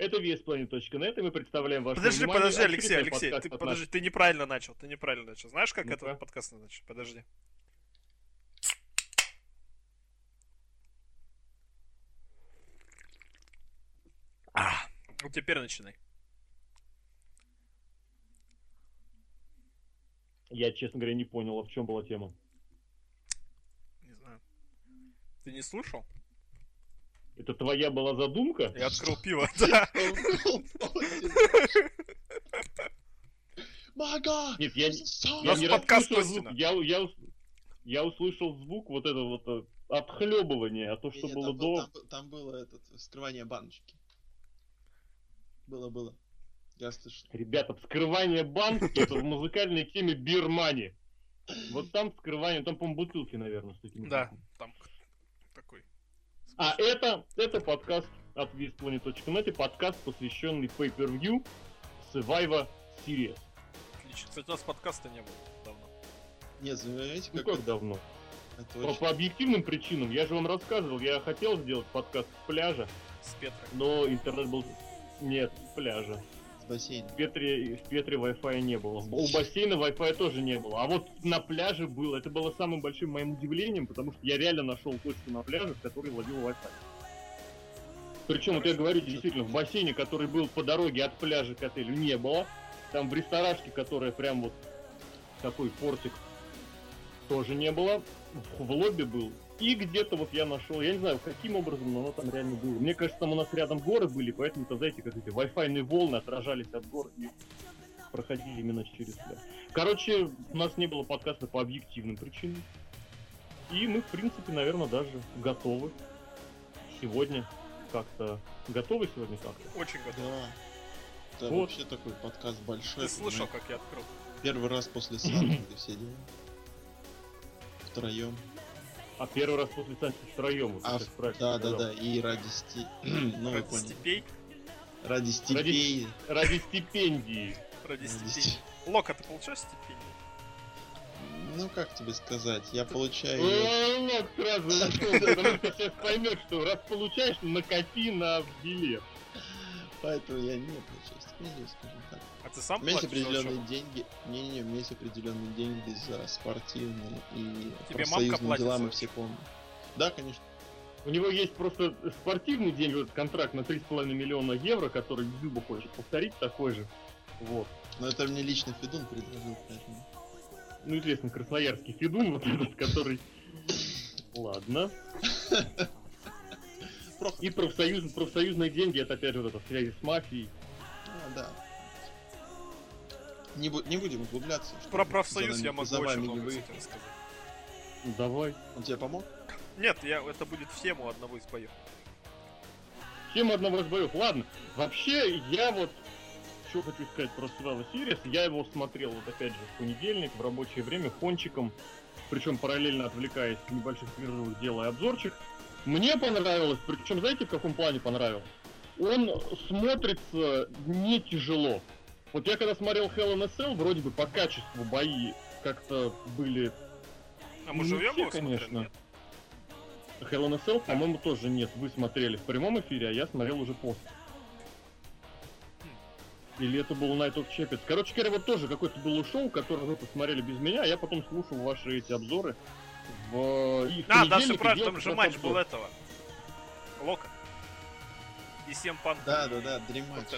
Это VSPlanet.net, и мы представляем ваше Подожди, внимание... Алексей, ты неправильно начал, Знаешь, как Ну-ка. этот подкаст начал? Подожди. Вот теперь начинай. Я, честно говоря, не понял, а в чем была тема. Не знаю. Ты не слушал? Это твоя была задумка? Я открыл пиво, да. Мага! Нет, я нас не подкаст расслышал Костина. звук. Я услышал звук вот это вот отхлебывание, а то, что было до... Там было вскрывание баночки. Было. Я слышал. Ребята, вскрывание банки, это в музыкальной теме Beer Money. Вот там вскрывание, там, по-моему, бутылки, наверное, с таким Да, звуком. там такой. А это подкаст от VSPlanet.net, подкаст, посвященный Pay-Per-View Survivor Series. Отлично. Кстати, у нас подкаста не было давно. Нет, знаете, Ну как как давно? это По очень... объективным причинам, я же вам рассказывал, я хотел сделать подкаст с пляжа, С Петрой. но интернет был... Нет, с пляжа. С бассейном. В Петре Wi-Fi не было. У бассейна Wi-Fi тоже не было. А вот на пляже было. Это было самым большим моим удивлением, потому что я реально нашел точку на пляже, в которой ловил Wi-Fi. Причем, вот я говорю, действительно, в бассейне, который был по дороге от пляжа к отелю, не было. Там в ресторашке, которая прям вот такой портик, тоже не было. В лобби был. И где-то вот я нашел, я не знаю, каким образом, но оно там реально было. Мне кажется, там у нас рядом горы были, поэтому, знаете, как эти Wi-Fi-ные волны отражались от гор и проходили именно через пляж. Короче, у нас не было подкаста по объективным причинам. И мы, в принципе, наверное, даже готовы сегодня как-то. Готовы сегодня как-то? Очень готов. Да. Это Вот. вообще такой подкаст большой. Ты слышал, понимаете? как я открыл? Первый раз после Санкты все дела. Втроем. А первый раз после Санкт втроем. Вот, сейчас правильно сказал. Да. И ради ну вы Ради поняли. степей. Ради степей. Ради стипендии. Ради Ради степей. степей. Лока, ты получаешь стипендию? Ну как тебе сказать, я получаю... Вот сразу нашел, потому что сейчас поймешь, что раз получаешь, накопи на билет. Поэтому я не получаю стипендию, скажем так. А ты сам У меня есть платишь за определенные учебу? деньги. Не, у меня есть определенные деньги за спортивные и Тебе мамка профсоюзные платит дела, за мы все помним. Да, конечно. У него есть просто спортивный день, вот контракт на 3,5 миллиона евро, который Дзюба хочет повторить такой же. Вот. Но это мне лично Федун предложил, поэтому... Ну, известный красноярский Федун, вот этот, который... Ладно. И профсоюзные деньги, это опять же вот это связи с мафией. Да. Не будем углубляться. чтобы Про профсоюз за я нами- могу за очень вами не много, выехать. кстати, рассказать. Давай. Он тебе помог? Нет, это будет в тему одного из боев. Тема одного из боев. Ладно. Вообще, я вот... Что хочу сказать про Survivor Series. Я его смотрел, вот опять же, в понедельник, в рабочее время, фончиком. Причем параллельно отвлекаясь в небольших перерывах, делая обзорчик. Мне понравилось, причем знаете, в каком плане понравилось? Он смотрится не тяжело. Вот я когда смотрел Hell in a Cell, вроде бы по качеству бои как-то были... А мы не живем все, его смотрели? конечно. Нет? Hell in a Cell, по-моему, тоже нет. Вы смотрели в прямом эфире, а я смотрел уже после. Или это был Night of Champions. Короче говоря, вот тоже какое-то было шоу, которое вы посмотрели без меня, а я потом слушал ваши эти обзоры. И в Да, понедельник все правильно, делал там же как раз матч был обзор. этого. Лока. И 7 панк. Да, Dream Match.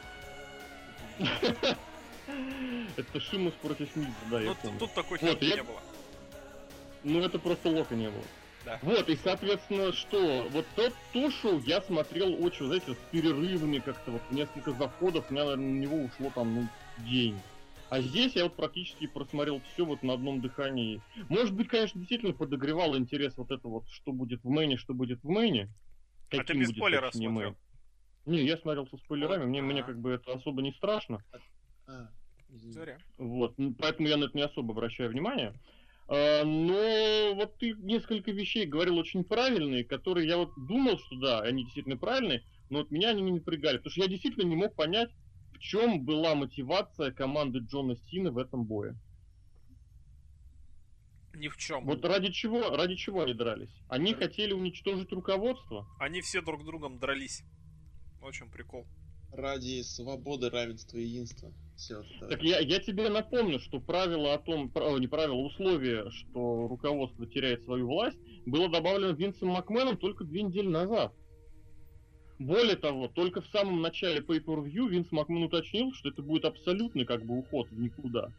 Это Шимус против Мидза, да, я Ну, помню. тут такой Вот, херни я- не было. Ну это просто Лока не было. Да. Вот, и соответственно, что? Вот то шоу я смотрел очень, знаете, с перерывами как-то, вот несколько заходов, у меня, наверное, на него ушло там, день. А здесь я вот практически просмотрел все вот на одном дыхании. Может быть, конечно, действительно подогревал интерес вот это вот, что будет в мейне, что будет в мейне. А ты Каким без будет, спойлеров точнее, смотрел? мейн. Не, я смотрел со спойлерами, Вот, мне ага. как бы это особо не страшно. Извини. Зря. Вот, поэтому я на это не особо обращаю внимание. Но вот ты несколько вещей говорил очень правильные, которые я вот думал, что да, они действительно правильные, но вот меня они не напрягали, потому что я действительно не мог понять, в чем была мотивация команды Джона Сины в этом бое. Ни в чем. Вот ради чего они дрались? Они хотели уничтожить руководство. Они все друг с другом дрались. Вот в чем прикол. Ради свободы, равенства и единства. Все вот это. Так я тебе напомню, что правило о том, не правило, условие, что руководство теряет свою власть, было добавлено Винсом Макменом только 2 недели назад. Более того, только в самом начале Pay-Per-View Винс Макмен уточнил, что это будет абсолютный как бы уход в никуда.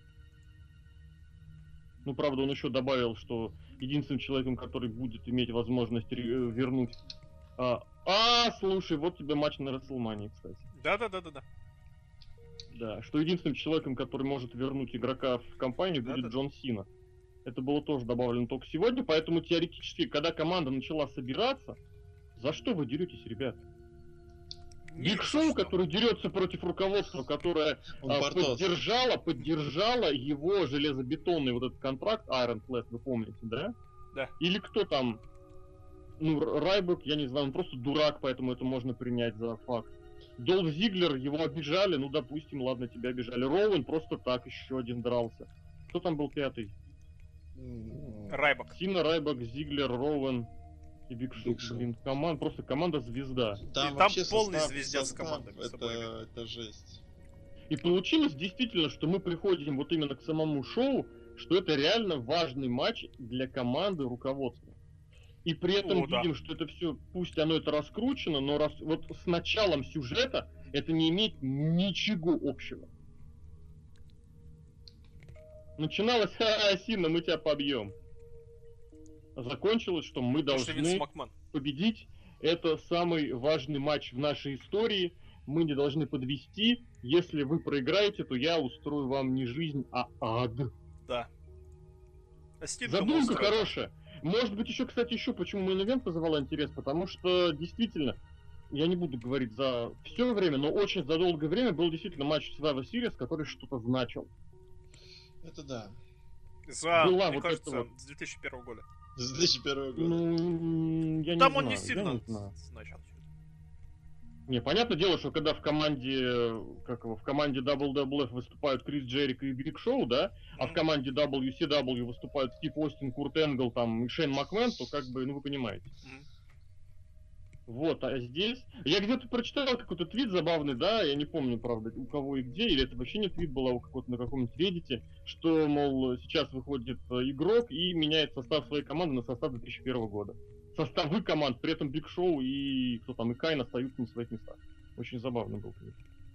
Ну, правда, он еще добавил, что единственным человеком, который будет иметь возможность вернуть... слушай, вот тебе матч на WrestleMania, кстати. Да. Да, что единственным человеком, который может вернуть игрока в компанию, будет Джон Сина. Это было тоже добавлено только сегодня, поэтому теоретически, когда команда начала собираться, за что вы деретесь, ребят? Биг Шоу, который дерется против руководства, которое поддержало его железобетонный вот этот контракт Iron Flat, вы помните, да? Да. Или кто там? Ну, Райбек, я не знаю, он просто дурак, поэтому это можно принять за факт. Долф Зиглер, его обижали, ну, допустим, ладно, тебя обижали. Роуэн просто так, еще один дрался. Кто там был пятый? Райбек. Сина, Райбек, Зиглер, Роуэн и Биг Шоу. Блин, просто команда звезда. Там полный звездец команды. Это жесть. И получилось действительно, что мы приходим вот именно к самому шоу, что это реально важный матч для команды руководства. И при этом видим, что это все, пусть оно это раскручено, но вот с началом сюжета это не имеет ничего общего. Начиналось, Сина, мы тебя побьем. Закончилось, что мы должны победить. Это самый важный матч в нашей истории. Мы не должны подвести. Если вы проиграете, то я устрою вам не жизнь, а ад. Да. Задумка хорошая. Может быть, еще, кстати, почему мейн-ивент вызывал интерес, потому что действительно, я не буду говорить за все время, но очень за долгое время был действительно матч Survivor Series, который что-то значил. Это да. Мне кажется, с 2001 года. С 2001 года. Ну, я не там знаю, он не сильно значил. Не, понятное дело, что когда в команде WWF выступают Крис Джерико и Биг Шоу, да, а в команде WCW выступают Стив Остин, Курт Энгл, там, и Шейн Макмен, то как бы, ну вы понимаете. Вот, а здесь... Я где-то прочитал какой-то твит забавный, да, я не помню, правда, у кого и где, или это вообще не твит был, а у какого-то на каком-нибудь реддите, что, мол, сейчас выходит игрок и меняет состав своей команды на состав 2001 года. Составы команд, при этом Биг Шоу и кто там, и Кайн остаются на своих местах. Очень забавно был твит.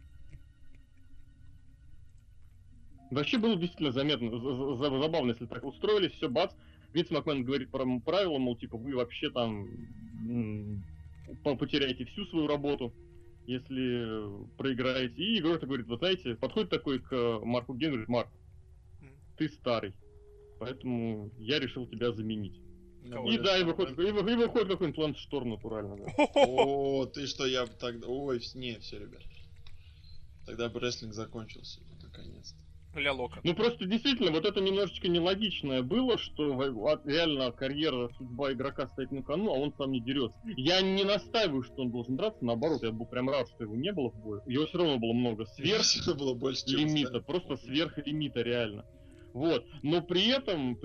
Вообще было действительно заметно, забавно, если так устроились, все, бац, Винс Макмен говорит про правила, мол, типа, вы вообще там потеряете всю свою работу, если проиграете. И игрок говорит, вы знаете, подходит такой к Марку Генри, говорит, Марк, ты старый, поэтому я решил тебя заменить. И да, и выходит какой-нибудь Лэнс Шторм натурально, да. О, ты что, я бы тогда... Ой, не, все, ребят. Тогда бы рестлинг закончился, наконец-то. Ну просто действительно, вот это немножечко нелогичное было, что реально карьера, судьба игрока стоит на кону, а он сам не дерется. Я не настаиваю, что он должен драться, наоборот, я был прям рад, что его не было в бою. Его все равно было много сверх лимита, просто сверх лимита реально. Вот, но при этом,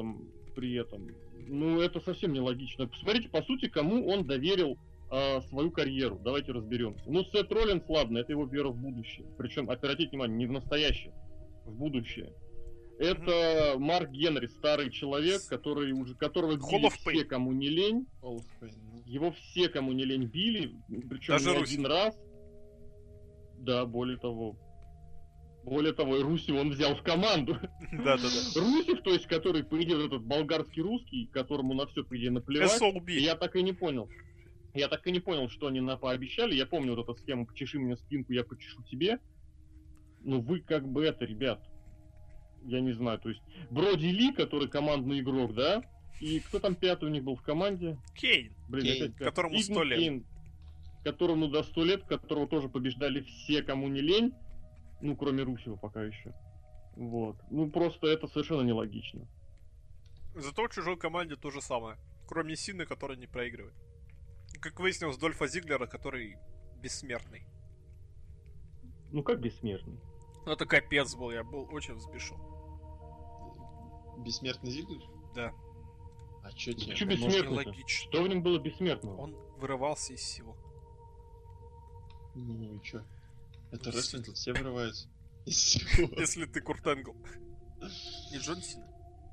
ну это совсем нелогично. Посмотрите, по сути, кому он доверил свою карьеру. Давайте разберемся. Ну, Сет Роллинс, ладно, это его вера в будущее. Причем, обратите внимание, не в настоящее, в будущее. Это Марк Генри, старый человек, которого били все, кому не лень. Его все, кому не лень, били. Причем не один раз. Да, более того, и Руси он взял в команду. Да. Русев, то есть, который, по идее, этот болгарский русский, которому на все, по идее, наплевать. Я так и не понял. Что они пообещали. Я помню вот эту схему «почеши мне спинку, я почешу тебе». Ну вы как бы это, ребят. Я не знаю, то есть Броди Ли, который командный игрок, да? И кто там пятый у них был в команде? Кейн. Которому 100 лет. Кейн, которому до 100 лет, которого тоже побеждали все, кому не лень. Ну, кроме Русева пока еще. Вот. Ну, просто это совершенно нелогично. Зато в чужой команде то же самое. Кроме Сины, который не проигрывает. Как выяснилось, Дольфа Зиглера, который бессмертный. Ну, как бессмертный? Ну, это капец был, я был очень взбешен. Бессмертный Зиглер? Да. А чё тебе? Что бессмертный? Что в нем было бессмертного? Он вырывался из всего. Ну и чё? Это рестлинг, тут все вырываются. Из всего. Если ты Курт Энгл. Не Джон Сина.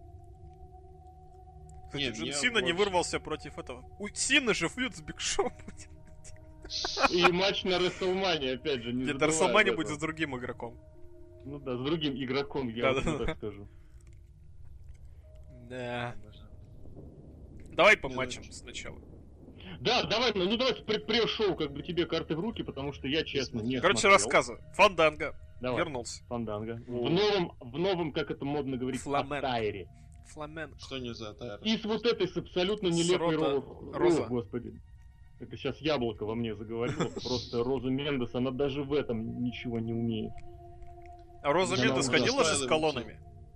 Кстати, Нет, Джон я Сина не больше- вырвался против этого. У Сины же фьюд с Биг Шоу будет. И матч на WrestleMania, опять же, не Нет, забывай Расселмания об будет этом. с другим игроком. Ну да, с другим игроком, я Да-да-да. вот так скажу. Да. Давай по Не, матчам ну, сначала. Да, давай, ну давайте пресс-шоу, как бы тебе карты в руки, потому что я, честно, не Короче, смотрел. рассказывай. Фанданго Давай. вернулся. Фанданго. О. В новом, как это модно говорить, Фламенко. аттайре. Фламенко. Что не за атайр? И с вот этой с абсолютно С нелепой Роза. О, господи. Это сейчас яблоко во мне заговорило. Просто Роза Мендес, она даже в этом ничего не умеет. А Роза Да, Мендес она ходила же с устраивает колоннами?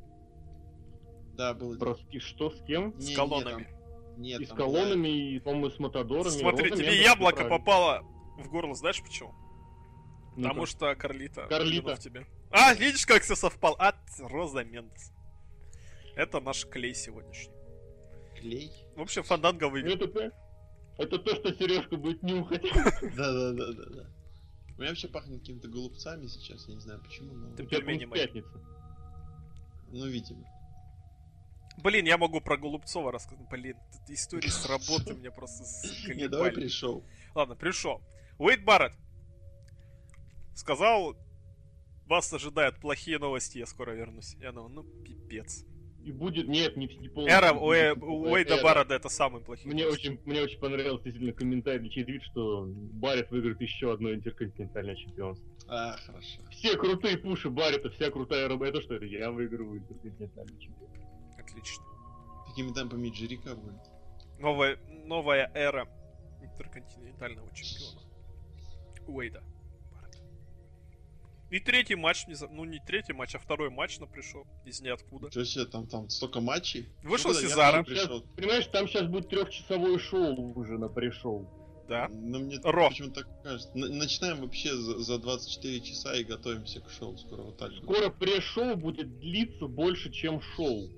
Да, было. Прости, что, с кем? С колоннами. Нет, И с там колоннами, и, по-моему, с мотодорами. Смотри, Роза тебе Мендес, яблоко правильно. попало в горло, знаешь почему? Ну-ка. Потому что Карлита. Карлита. плюнула в тебя. А, видишь, как все совпало? Роза Мендес. Это наш клей сегодняшний. Клей? В общем, Фанданго выиграл. Это то, что Сережка будет нюхать. Да. У меня вообще пахнет какими-то голубцами сейчас, я не знаю почему, но... Ты У тебя, пельмени по-моему, мои. пятница. Ну, видимо. Блин, я могу про Голубцова рассказать. Блин, эта история с работы меня просто Не, давай заколебали. пришел. Ладно, пришел. Уэйд Барретт сказал, вас ожидают плохие новости, я скоро вернусь. Я думаю, ну пипец. И будет... Нет, не полностью. Эра будет Уэйда эра. Барретта это самый плохой. Мне очень понравился действительно комментарий, чей твит, что Барретт выиграет еще одно интерконтинентальное чемпионство. А, хорошо. Все крутые пуши Барретта, вся крутая работа, что это я выиграю интерконтинентальный чемпионство. Отлично. Такими темпами Джерика будет. Новая эра интерконтинентального чемпиона. Уэйда Барретта. И третий матч, ну не третий матч, а второй матч пришел из ниоткуда. Что себе, там столько матчей? Вышел Что-то я Сезаро. там пришел. Понимаешь, там сейчас будет трехчасовое шоу уже на пришел. Да. Но мне Ро. почему-то так кажется. Начинаем вообще за 24 часа и готовимся к шоу. Скоро вот так же. Скоро пресс-шоу будет длиться больше, чем шоу.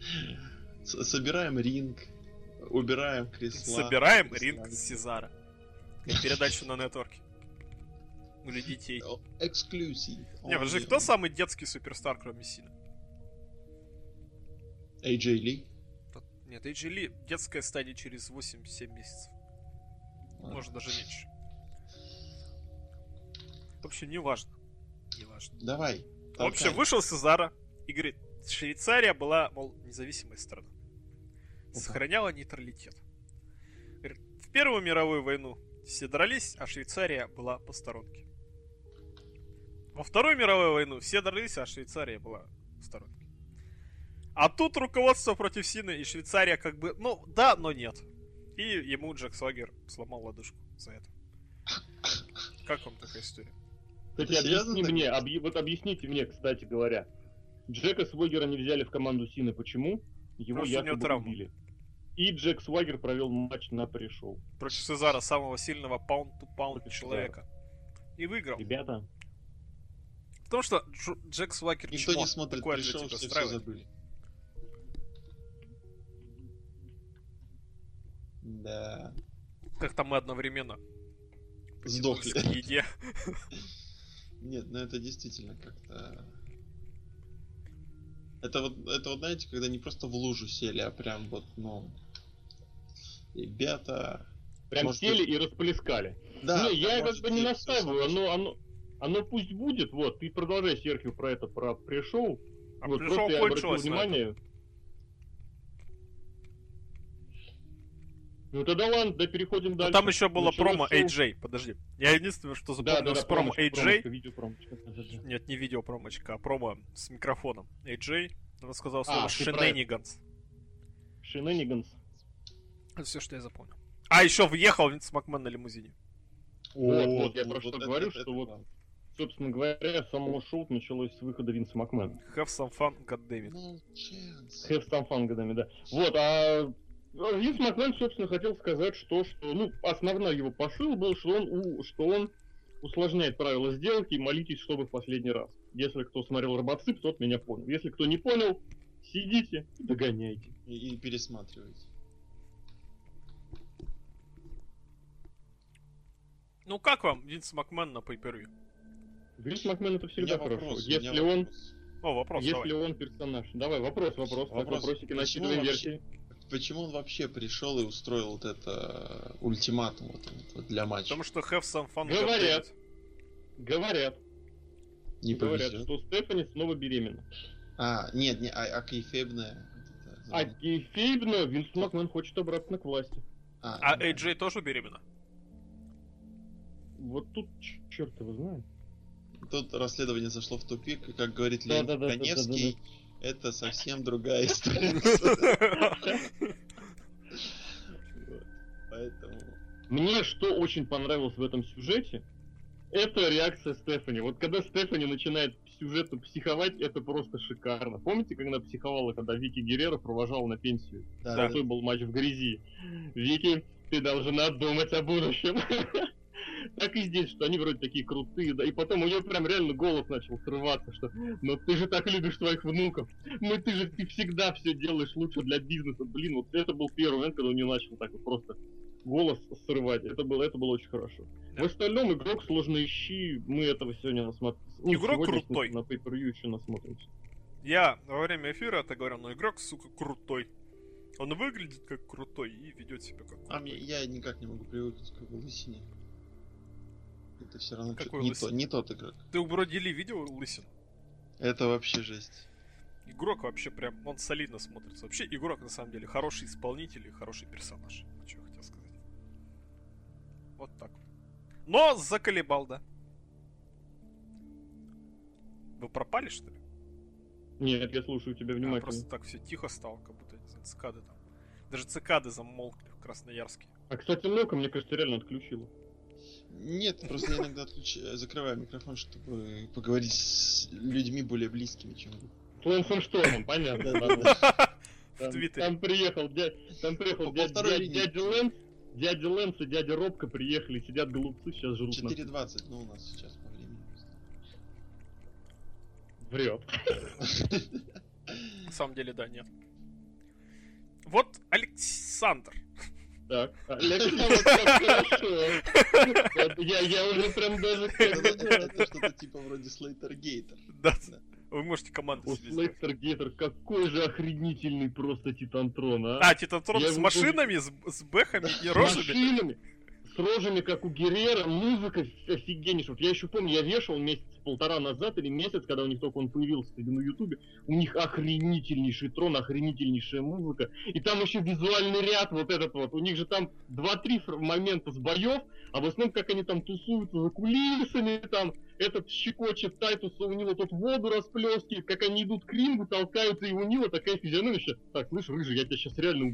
Собираем ринг, убираем кресла. Собираем кресла. ринг Сезара. И передачу на нетворке. Для детей. Эксклюзив. Не, подожди, кто самый детский суперстар, кроме Сина? AJ Ли. Нет, AJ Ли детская стадия через 8-7 месяцев. Может даже меньше. В общем, не важно. Не важно. Давай. В общем, вышел Сезара и говорит, Швейцария была, мол, независимой страной. Сохраняла нейтралитет. Говорит, в Первую мировую войну все дрались, а Швейцария была по сторонке. Во Вторую мировую войну все дрались, а Швейцария была в сторонке. А тут руководство против Сины, и Швейцария как бы, ну да, но нет. И ему Джек Свагер сломал лодыжку за это. Как вам такая история? Кстати, Это серьезно объясни так? мне, вот объясните мне, кстати говоря. Джека Свагера не взяли в команду Сины, почему? Его Потому что у него якобы травма. убили. И Джек Свагер провел матч на пришел. Против Сезара, самого сильного паунд-ту-паунд Против человека. И выиграл. Ребята, Потому что Джек Свагер Никто чмо. не смотрит Такое пришел, для тебя все устраивает? забыли. Да. Как-то мы одновременно Сдохли. к еде. Нет, ну это действительно как-то... Это вот, знаете, когда не просто в лужу сели, а прям вот, ну... Ребята... прям Может, сели и расплескали. Да, Не, я как может, бы не всё настаиваю, согласен. оно пусть будет, вот, ты продолжай, Серхио, про пришел. А Вот, пришел просто я обратил кончилось на этом. внимание. Ну тогда ладно, да переходим Но дальше. там еще было Началось промо шоу. AJ. Подожди. Я единственное, что Да, запомнил с промо промочка, AJ. видео промочка. Да-да-да. Нет, не видео промочка, а промо с микрофоном. AJ рассказал слово ты про это. shenanigans. Shenanigans. Это все, что я запомнил. А еще въехал Винс Макмен на лимузине. Вот, я ну, про что это- говорю, это что вот, да. собственно говоря, само шоу началось с выхода Винса Макмена. Have some fun, goddammit. Молчанцы. Have some fun годами, да. Вот, а Винс Макмен, собственно, хотел сказать, что ну, основной его посыл был, что он усложняет правила сделки и молитесь, чтобы в последний раз. Если кто смотрел Робоцып, тот меня понял. Если кто не понял, сидите и догоняйте. И пересматривайте. Ну как вам Винс Макмен на pay-per-view? Винс Макмен это У всегда меня хорошо. вопрос, у меня Если он, вопрос. О, вопрос, если давай. он персонаж. Давай, вопрос. Вопрос. Вопросики на Почему сильной вообще- версии. Почему он вообще пришел и устроил вот это ультиматум вот для матча? Потому что have some fun. Говорят. goddammit. Говорят, Не повезет. что Стефани снова беременна. Нет, а кейфебная. А кейфейбно Винс Макмен хочет обратно к власти. А AJ тоже беременна? Вот тут черт его знает. Тут расследование зашло в тупик, и, как говорит Да, Леонид да, да, да, Каневский, это совсем другая история. Вот. Поэтому... Мне что очень понравилось в этом сюжете, это реакция Стефани. Вот когда Стефани начинает сюжетно психовать, это просто шикарно. Помните, когда психовала, когда Вики Геррера провожала на пенсию? Да, Какой был матч в грязи? Вики, ты должна думать о будущем. Так и здесь, что они вроде такие крутые, да, и потом у нее прям реально голос начал срываться, что ну ты же так любишь своих внуков, ты всегда все делаешь лучше для бизнеса, блин, вот это был первый момент, когда у нее начал так вот просто голос срывать, это было очень хорошо. Да. В остальном игрок сложные щи, мы этого сегодня насмотрелись. Игрок крутой. На Pay-Per-View еще насмотримся. Я во время эфира это говорил, но игрок, сука, крутой. Он выглядит как крутой и ведет себя как крутой. Я никак не могу привыкнуть к его лысине. Это все равно Какой не тот игрок. Ты у Броди Ли видел лысину? Это вообще жесть. Игрок вообще прям, он солидно смотрится. Вообще игрок на самом деле хороший исполнитель и хороший персонаж. Вот что я хотел сказать. Вот так. Но заколебал, да. Вы пропали, что ли? Нет, я слушаю тебя внимательно. Просто так все тихо стало, как будто не знаю, цикады там. Даже цикады замолкли в Красноярске. А, кстати, Нока, мне кажется, реально отключила. Нет, просто я иногда закрываю микрофон, чтобы поговорить с людьми более близкими, чем вы. С Лэнсом Штормом, понятно. В Твиттере. Там приехал По второй линии. дядя Лэнс и дядя Робка приехали, сидят голубцы, сейчас жрут. 4:20, ну у нас сейчас по времени. Врет. На самом деле, да, нет. Вот Александр. Так, Александр, как хорошо. Я уже прям даже... Это что-то типа вроде Слейтер Гейтер. Да. Вы можете команду У себе сделать. Слейтер Гейтер какой же охренительный просто Титантрон, а? А, Титантрон Я с его машинами, с бэхами и С рожами? машинами, с рожами, как у Геррера, музыка офигеннейшая. Вот я еще помню, я вешал месяц-полтора назад или месяц, когда у них только он появился на Ютубе, у них охренительнейший трон, охренительнейшая музыка. И там еще визуальный ряд вот этот вот. У них же там 2-3 момента с боев, а в основном, как они там тусуются за кулисами, там этот щекочет Тайтуса, у него тут воду расплескивает, как они идут к рингу, толкаются, и у него такая физиономия еще. Так, слышь, рыжий, я тебя сейчас реально...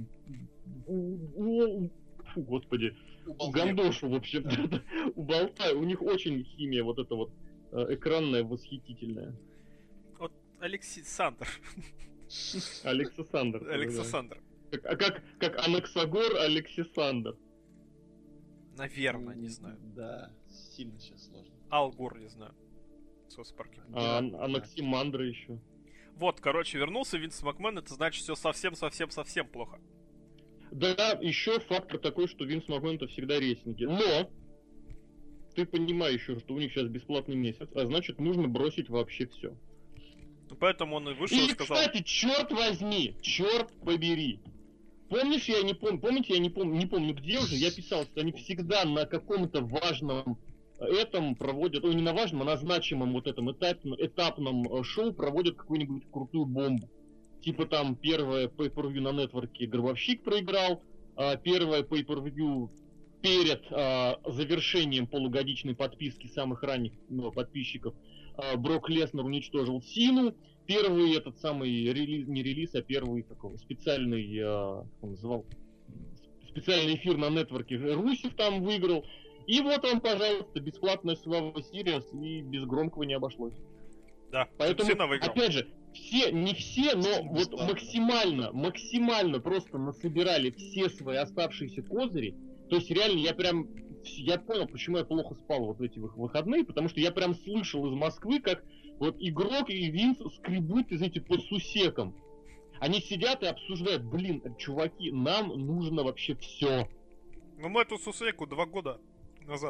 Фу, господи. Гандошу, в общем, уболтаю. У них очень химия вот эта вот экранная, восхитительная. Вот Александр. Александр. Александр. Как Анаксагор Александр. Наверное, не знаю. Да, сильно сейчас сложно. Алгор, не знаю. Соцпарки. Анаксимандра еще. Вот, короче, вернулся Винс Макмен, это значит все совсем плохо. Да, еще фактор такой, что Винс Макмен это всегда рейтинги. Но ты понимаешь еще, что у них сейчас бесплатный месяц, а значит нужно бросить вообще все. Поэтому он и вышел и сказал... кстати, черт возьми, черт побери. Помнишь, я не помню, помните, я не помню где уже, я писал, что они всегда на каком-то важном этом проводят, не на важном, а на значимом вот этом этапном шоу проводят какую-нибудь крутую бомбу. Типа там первое pay-per-view на нетворке Гробовщик проиграл, первое pay-per-view перед завершением полугодичной подписки самых ранних подписчиков Брок Леснер уничтожил Сину. Первый этот самый релиз, не релиз, а первый такой специальный, как он называл, специальный эфир на нетворке Русев там выиграл. И вот он, пожалуйста, бесплатная Survivor Series, и без громкого не обошлось. Да, поэтому, выиграл. опять же, не все, но вот максимально просто насобирали все свои оставшиеся козыри. То есть реально я понял, почему я плохо спал вот в эти выходные, потому что я прям слышал из Москвы, как вот игрок и Винс скребут, извините, по сусекам. Они сидят и обсуждают, блин, чуваки, нам нужно вообще все. Ну мы эту сусеку 2 года назад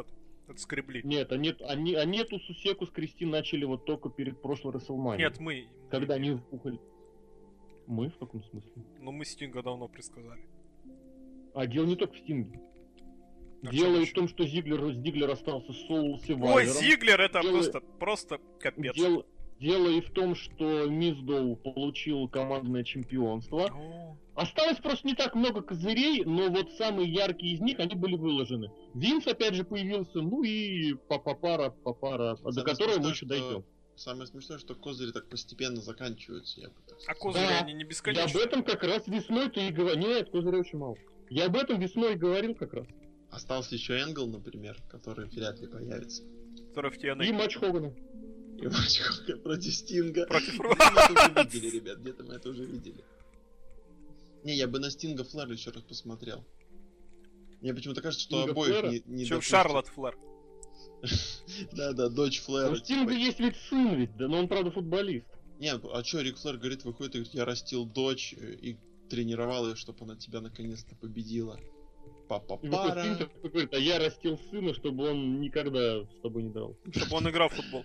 отскребли. Нет, они эту Сусеку скрести начали вот только перед прошлой WrestleMania. Нет, мы. Когда они впухали. Мы? В каком смысле? Ну, мы Стинга давно предсказали. А дело не только в Стинге. А Дело чем и в том, что Зиглер остался с Соул Севайвером. Ой, Зиглер, это Дело- просто капец. Дело и в том, что Миздоу получил командное чемпионство. О, Осталось просто не так много козырей, но вот самые яркие из них, они были выложены. Винс опять же появился, ну и папара, до Самое которой мы смешное, еще что- дойдем. Самое смешное, что козыри так постепенно заканчиваются, я бы так а сказал. козыри, Да, они не Я об бесконечны. этом как раз весной-то и говорил. Нет, козырей очень мало. Я об этом весной и говорил как раз. Остался еще Энгл, например, который вряд ли появится. Который в И TNA. матч Хогана. И матч Хогана против Стинга. Против Где-то мы это уже видели, ребят, где-то мы это уже видели. Не, я бы на Стинга Флэр еще раз посмотрел. Мне почему-то кажется, что Стинга обоих Флэра? не Чем допустят. Шарлотт Флэр. Да, дочь Флэра. У Стинга типа. есть ведь сын ведь, да, но он правда футболист. Не, а чё, Рик Флэр говорит, выходит и говорит, я растил дочь и тренировал ее, чтобы она тебя наконец-то победила. И выходит сын Папа-пара. такой говорит, а я растил сына, чтобы он никогда с тобой не дрался. Чтобы он играл в футбол.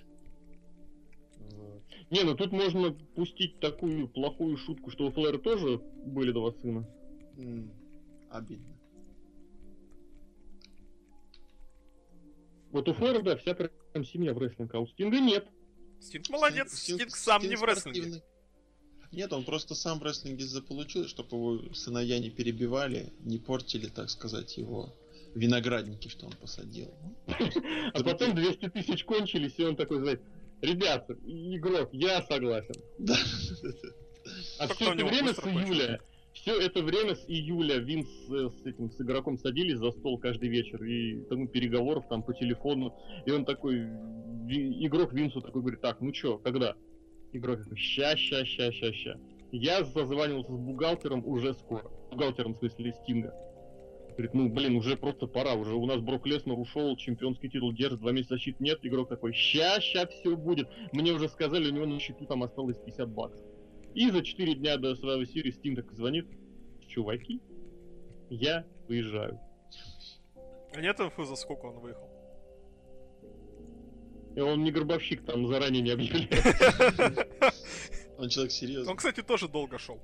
Не, ну тут можно пустить такую плохую шутку, что у Флэра тоже были два сына. Обидно. Вот у Флэра, да, вся прям семья в рестлинг, а у Стинга нет. Стинг молодец, Стинг сам не в рестлинге. спортивный. Нет, он просто сам в рестлинге заполучил, чтобы его сыновья не перебивали, не портили, так сказать, его виноградники, что он посадил. А потом 200 тысяч кончились, и он такой говорит, ребята, игрок, я согласен. Да. А Так все у это него время с быстро июля, все это время с июля Винс с игроком садились за стол каждый вечер, и тому переговоров там по телефону, и он такой, игрок Винсу такой говорит, так, ну чё, когда? Игрок такой, ща. Я зазванивался с бухгалтером уже скоро. Бухгалтером, в смысле, Стинга. Говорит, ну, блин, уже просто пора, уже у нас Брок Леснер ушел, чемпионский титул держит, 2 месяца защиты нет, игрок такой, ща все будет. Мне уже сказали, у него на счету там осталось $50. И за 4 дня до своей серии Стинг так звонит, чуваки, я выезжаю. А нет инфы, за сколько он выехал? И он не гробовщик, там заранее не объявляет. Он человек серьезный. Он, кстати, тоже долго шел.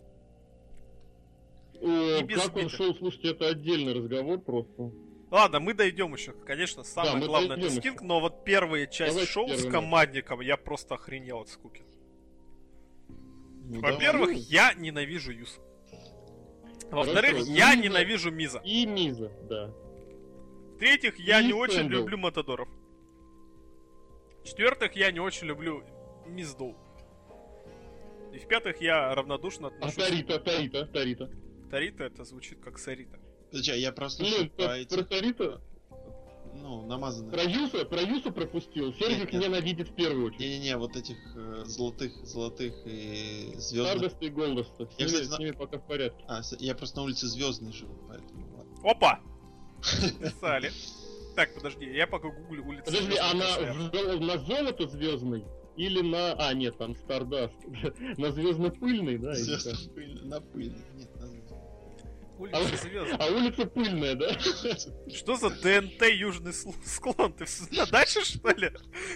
О, без как он бита. шел, слушайте, это отдельный разговор просто. Ладно, мы дойдем еще. Конечно, самое мы главное это дойдем Стинг, еще. но вот первая часть Давайте шоу с первый командником я просто охренел от скуки. Ну, Во-первых, давай. я ненавижу Юса. Во-вторых, Хорошо, я Миза. ненавижу Миза. И Миза, да. В-третьих, я И не очень Сэндл. люблю Матадоров. В-четвертых, я не очень люблю Миздоу. И в-пятых, я равнодушно А отношусь... Тарита. Тарита это звучит как Сарита. Подожди, а я прослушал Блин, про про эти, Тарита, ну, намазанных. про Юсу пропустил. Сердик Нет. ненавидит в первую очередь. Не-не-не, вот этих золотых и звездных. Стардаста и Голдаста. Я, кстати, С ними пока в порядке. Я просто на улице Звездный живу, поэтому ладно. Опа! Писали. Так, подожди, я пока гуглю улицу. Подожди, а Звездных на золото звездный? Или на... А, нет, там Стардаст. На звездно-пыльный, да? или как? Звездный пыль, на пыльный. Нет, на звездный. Улица звезд. А улица пыльная, да? Что за ДНТ Южный склон? Ты на даче, что ли?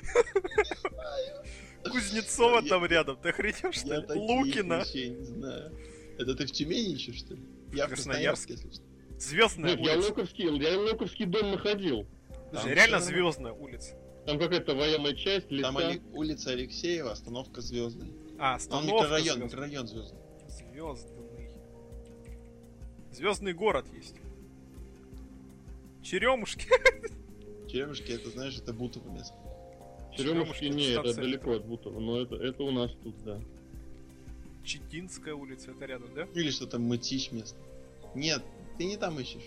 Кузнецова там рядом. Ты охренел, что Я ли? таких Лукина. вещей не знаю. Это ты в Тюмени еще, что ли? Я в Красноярске. Красноярске, если что. Звездная Нет, я улица. Локовский дом находил. Слушай, Там реально всё звездная улица. Там какая-то военная часть, Там леса. улица Алексеева, остановка Звездная. А, Он остановка микрорайон, звездная. микрорайон Звездный. Звездный. Звездный город есть. Черемушки. Черемушки, это, знаешь, это Бутово место. Черемушки, не, это станция далеко от Бутова, но это у нас тут, да. Читинская улица, это рядом, да? Или что-то Мытищ место. Нет, ты не там ищешь.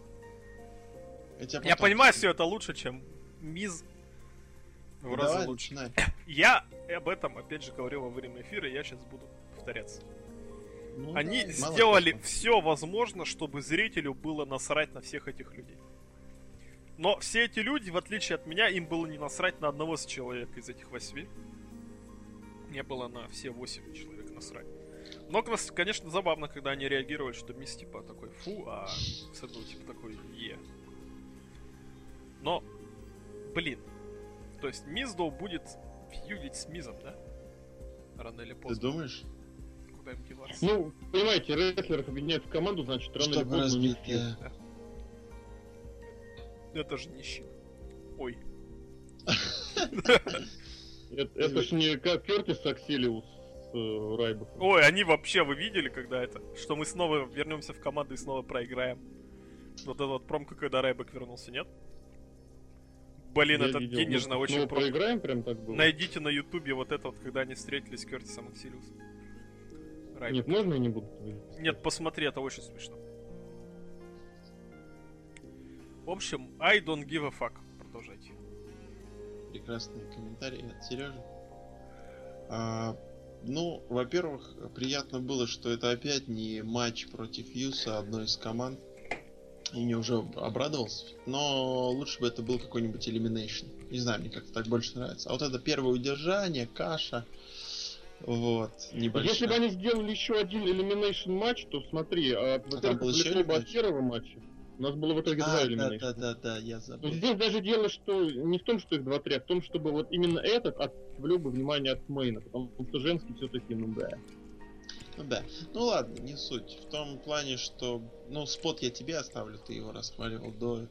Я понимаю, все это лучше, чем Миз. В разы Давай, лучше. начинай. Я об этом, опять же, говорил во время эфира, я сейчас буду повторяться. Ну, Они давай, мало сделали ли что. все возможное, чтобы зрителю было насрать на всех этих людей. Но все эти люди, в отличие от меня, им было не насрать на одного с человека из этих 8. Не было на все 8 человек насрать. Но, конечно, забавно, когда они реагировали, что Мисс типа такой фу, а Сэндл типа такой е. Но блин. То есть Миздоу будет фьюдить с Мизом, да? Рано или Ты поздно. думаешь? Куда им деваться? Ну, понимаете, рестлеров объединяют в команду, значит, рано или Чтобы поздно у них разбить, фьюд. да. Это же не щит. Ой. Это ж не как Кертис Акселиус с Райбаком. Ой, они вообще, вы видели, когда это? Что мы снова вернемся в команду и снова проиграем. Вот это вот промка, когда Райбак вернулся, нет? Блин, Я это видел. денежно Мы очень снова просто. проиграем, прям так было? Найдите на ютубе вот это вот, когда они встретились с Кертисом Акселиусом. Райбак. Нет, можно я не буду? видеть? Нет, посмотри, это очень смешно. В общем, I don't give a fuck. Продолжайте. Прекрасные комментарии от Сережи. Ну, во-первых, приятно было, что это опять не матч против Юса, одной из команд. И мне уже обрадовался. Но лучше бы это был какой-нибудь Elimination. Не знаю, мне как-то так больше нравится. А вот это первое удержание, каша. Вот, небольшая. Если бы они сделали еще один Elimination матч, то смотри, там был еще один от матч? первого матча у нас было в итоге два Elimination. Да, я Но забыл. здесь даже дело, что не в том, что их 2-3, а в том, чтобы вот именно этот отвлек бы внимание от мейна, потому что женский все-таки, ну да. Ну да. Ну ладно, не суть. В том плане, что... Ну, спот я тебе оставлю, ты его расхваливал до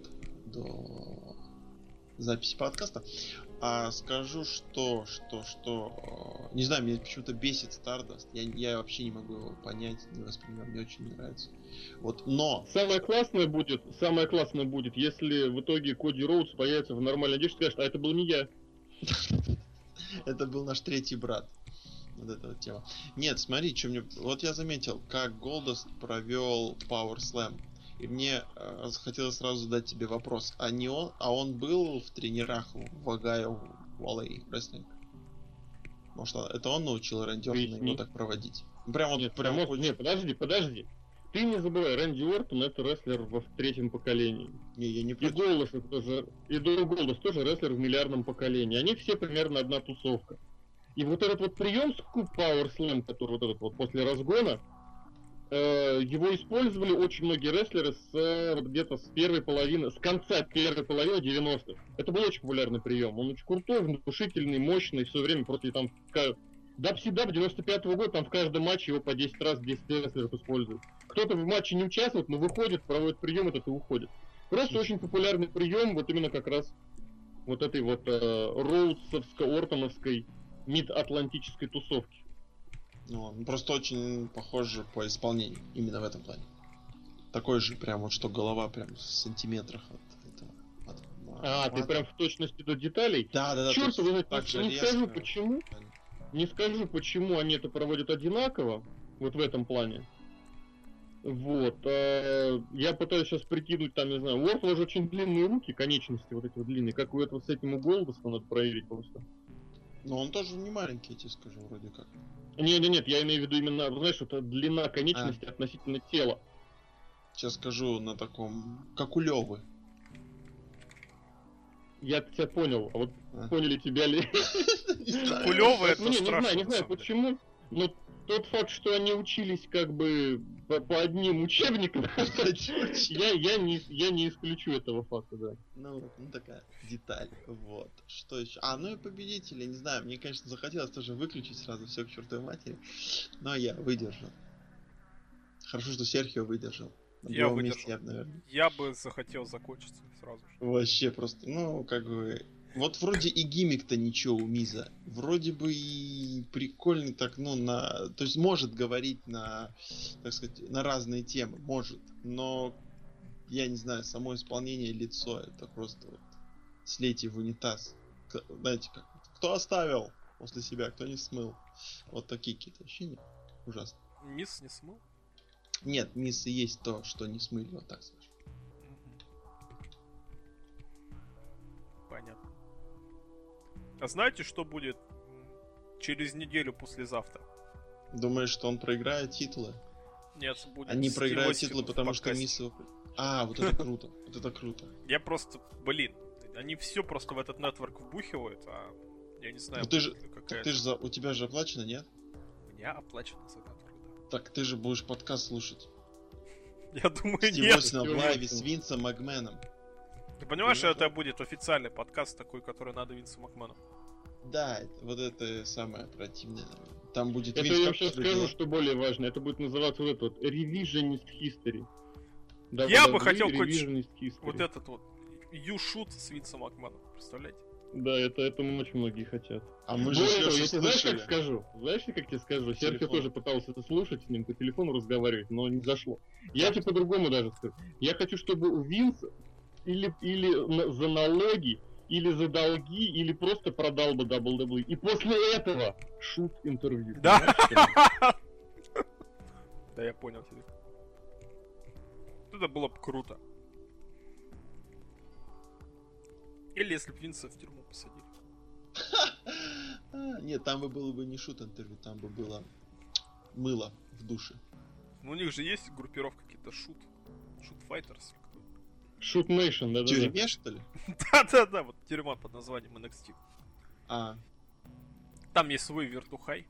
записи подкаста. А скажу, что... Не знаю, меня почему-то бесит Stardust. Я вообще не могу его понять, не воспринимаю, мне очень не нравится. Вот, но... Самое классное будет, если в итоге Коди Роудс появится в нормальной одежде и скажет, а это был не я. Это был наш третий брат. Вот эта вот тема. Нет, смотри, что мне... Вот я заметил, как Голдост провел Power Slam. И мне захотелось сразу задать тебе вопрос. Он был в тренерах в Огайо Валей Wrestling? Может, это он научил Рэнди Ортона его так проводить? Прям вот... Нет, подожди. Ты не забывай, Рэнди Ортон это рестлер в третьем поколении. Не, я не И против. Голдос тоже рестлер в миллиардном поколении. Они все примерно одна тусовка. И вот этот вот прием Scoop Power Slam, который вот этот вот после разгона, его использовали очень многие рестлеры где-то с конца первой половины 90-х. Это был очень популярный прием. Он очень крутой, внушительный, мощный, все время против там WCW 95-го года, там в каждом матче его по 10 раз 10 рестлеров используют. Кто-то в матче не участвует, но выходит, проводит прием, этот и уходит. Просто очень популярный прием, вот именно как раз вот этой вот роудсовско-ортоновской мид-атлантической тусовки. Ну, он просто очень похож по исполнению, именно в этом плане. Такой же прям вот, что голова прям в сантиметрах от этого. Ты прям в точности до деталей? Да. Черт, вы так же не резко. скажу почему. Не скажу, почему они это проводят одинаково, вот в этом плане. Вот. Я пытаюсь сейчас прикинуть, там, не знаю, у Уортона же очень длинные руки, конечности вот эти вот длинные, как у этого с этим у Голдоста, надо проверить просто. Но он тоже не маленький, я тебе скажу, вроде как. Нет, я имею в виду именно, знаешь, это длина конечности относительно тела. Сейчас скажу на таком, как у Лёвы. Я тебя понял, а вот поняли тебя ли? Кулёвый это страшно. Не знаю почему, но тот факт, что они учились как бы по одним учебникам, я не исключу этого факта, да. Ну, такая деталь, вот. Что еще? Ну и победители, не знаю, мне, конечно, захотелось тоже выключить сразу все к чертовой матери, но я выдержал. Хорошо, что Серхио выдержал. Я выдержал. Я бы захотел закончиться сразу же. Вообще просто, как бы... Вот вроде и гиммик-то ничего у Миза. Вроде бы и прикольный так, то есть может говорить на, так сказать, на разные темы, может. Но, я не знаю, само исполнение, лицо, это просто вот слейте в унитаз. Знаете как? Кто оставил после себя, кто не смыл. Вот такие какие-то ощущения. Ужасно. Мисс не смыл? Нет, Мисс и есть то, что не смыли, вот так скажем. Понятно. А знаете, что будет через неделю послезавтра? Думаешь, что он проиграет титулы? Нет, будет. Они проиграют титулы, потому что Мисс... вот это круто. Вот это круто. Я просто, они все просто в этот нетворк вбухивают, а я не знаю, у тебя же оплачено, нет? У меня оплачено за нетворк, да. Так ты же будешь подкаст слушать. Я думаю, нет. В лайве с Винсом Макменом. Ты понимаешь, Конечно. это будет официальный подкаст такой, который надо Винсу Макмену? Да, вот это самое противное. Там будет Это Винс, я как сейчас это скажу, делает? что более важно. Это будет называться вот этот вот Revisionist History. Я бы WWE хотел Revisionist History. Вот этот вот You Shoot с Винсом Макменом, представляете? Да, это очень многие хотят. А мы же Более с того, Лешей я тебе знаешь, как слышали. скажу? Знаешь, как тебе скажу? Серхио телефону. тоже пытался это слушать, с ним по телефону разговаривать, но не зашло. Я Так. тебе по-другому даже скажу. Я хочу, чтобы у Винса или за налоги, или за долги, или просто продал бы WWE. И после этого шут интервью. Да. Понимаешь, что ли? Да, я понял тебя. Это было бы круто. Или если бы Винса в тюрьму посадили. Нет, там бы было бы не шут интервью, там бы было мыло в душе. Ну, у них же есть группировка какие-то Shoot Fighters. Шут Нейшн, В да-да-да. тюрьме, что ли? Да-да-да, вот тюрьма под названием NXT. А, Там есть свой вертухай.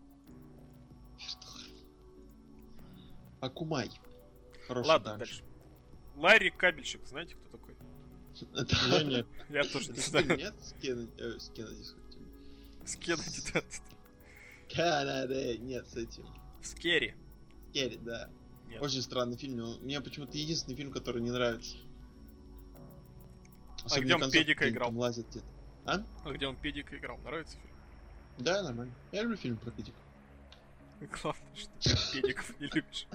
Акумай. Хороший Ладно, данж. дальше. Ларри Кабельщик, знаете, кто такой? Я нет. Я тоже не Это знаю. Нет? С Кеннеди с этим. С Кеннеди, да. Канада, нет, с этим. С Керри. Керри, да. Нет. Очень странный фильм. Мне почему-то единственный фильм, который не нравится. где он концовка, педика где они играл? там лазят где-то. А? А где он педика играл? Нравится фильм? Да, нормально. Я люблю фильм про педика. Главное, что ты педиков не любишь.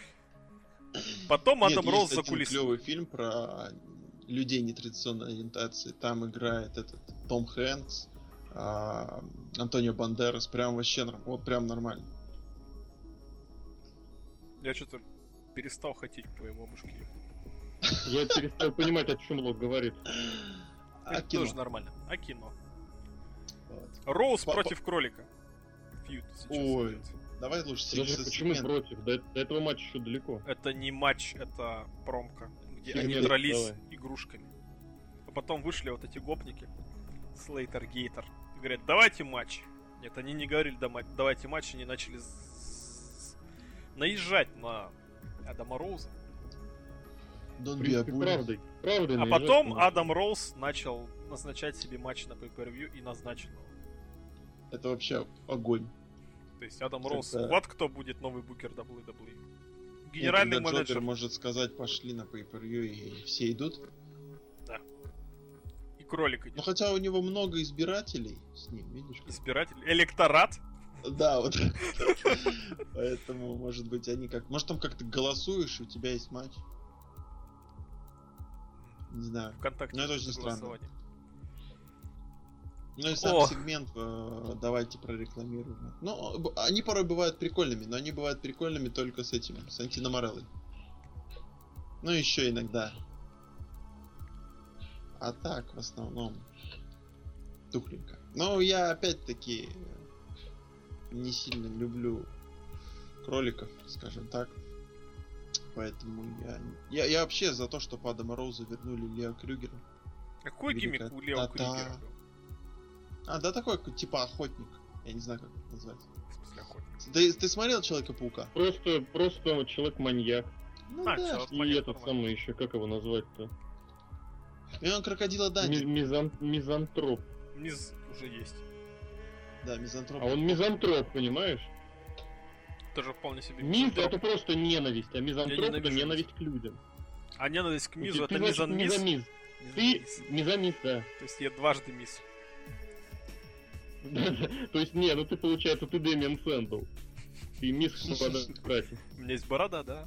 Потом Адам Нет, Роуз есть за один кулисами. клевый фильм про людей нетрадиционной ориентации. Там играет этот Том Хэнкс, Антонио Бандерас. Прям вообще вот прям нормально. Я что-то перестал хотеть по его башке. Я перестал понимать, о чем Лок говорит. А Это кино? тоже нормально. А кино? Вот. Роуз Па- против кролика. Фьюд сейчас Ой. идет. Давай лучше Даже почему сегмент. против? До этого матча еще далеко. Это не матч, это промка, где они Сегмент, дрались давай. игрушками. А потом вышли вот эти гопники, Слейтер, Гейтер, и говорят, давайте матч. Нет, они не говорили давайте матч, они начали наезжать на Адама Роуза. Don't В be a принципе, bully. правдой. Правдой А наезжать потом надо. Адам Роуз начал назначать себе матч на Pay-Per-View и назначил его. Это вообще огонь. То есть Адам Это- Роуз, вот кто будет новый букер WWE. И Генеральный когда менеджер. Джобер может сказать, пошли на Pay-Per-View, и все идут. И кролик идет. Ну хотя у него много избирателей с ним, видишь? как? Избиратель. Электорат. Да, вот. Поэтому, может быть, они как... Может, там как-то голосуешь, и у тебя есть матч. Не знаю. ВКонтакте. Ну, это очень странно. голосование. Ну и сам О. сегмент давайте прорекламируем. Ну, они порой бывают прикольными, но они бывают прикольными только с этим, с Антино Мореллой. Ну, еще иногда. А так, в основном, тухленько. Но я опять-таки не сильно люблю кроликов, скажем так. Поэтому я вообще за то, что Адама Роуза вернули Лео Крюгера. Какой гиммик у Лео Та-та. Крюгера был? А, да такой, типа охотник. Я не знаю, как это назвать. В смысле охотник? Ты смотрел Человека-паука? Просто человек-маньяк. Ну А, да. чё? И Понятно, этот нормально. самый еще, как его назвать-то? И он крокодила Данди. Мизантроп. Миз уже есть. Да, мизантроп. А он мизантроп, понимаешь? Тоже вполне себе Миз мизантроп. это просто ненависть, а мизантроп это ненавижу ненависть к людям. А ненависть к мизу Ты, это значит, мизан-миз? мизамиз. Ты Мизан-миз. мизамиз, да. То есть я дважды мисс. То есть, не, ну ты, получается, ты Дэмиан Сэндл. Ты мисс в квадрате. У меня есть борода, да.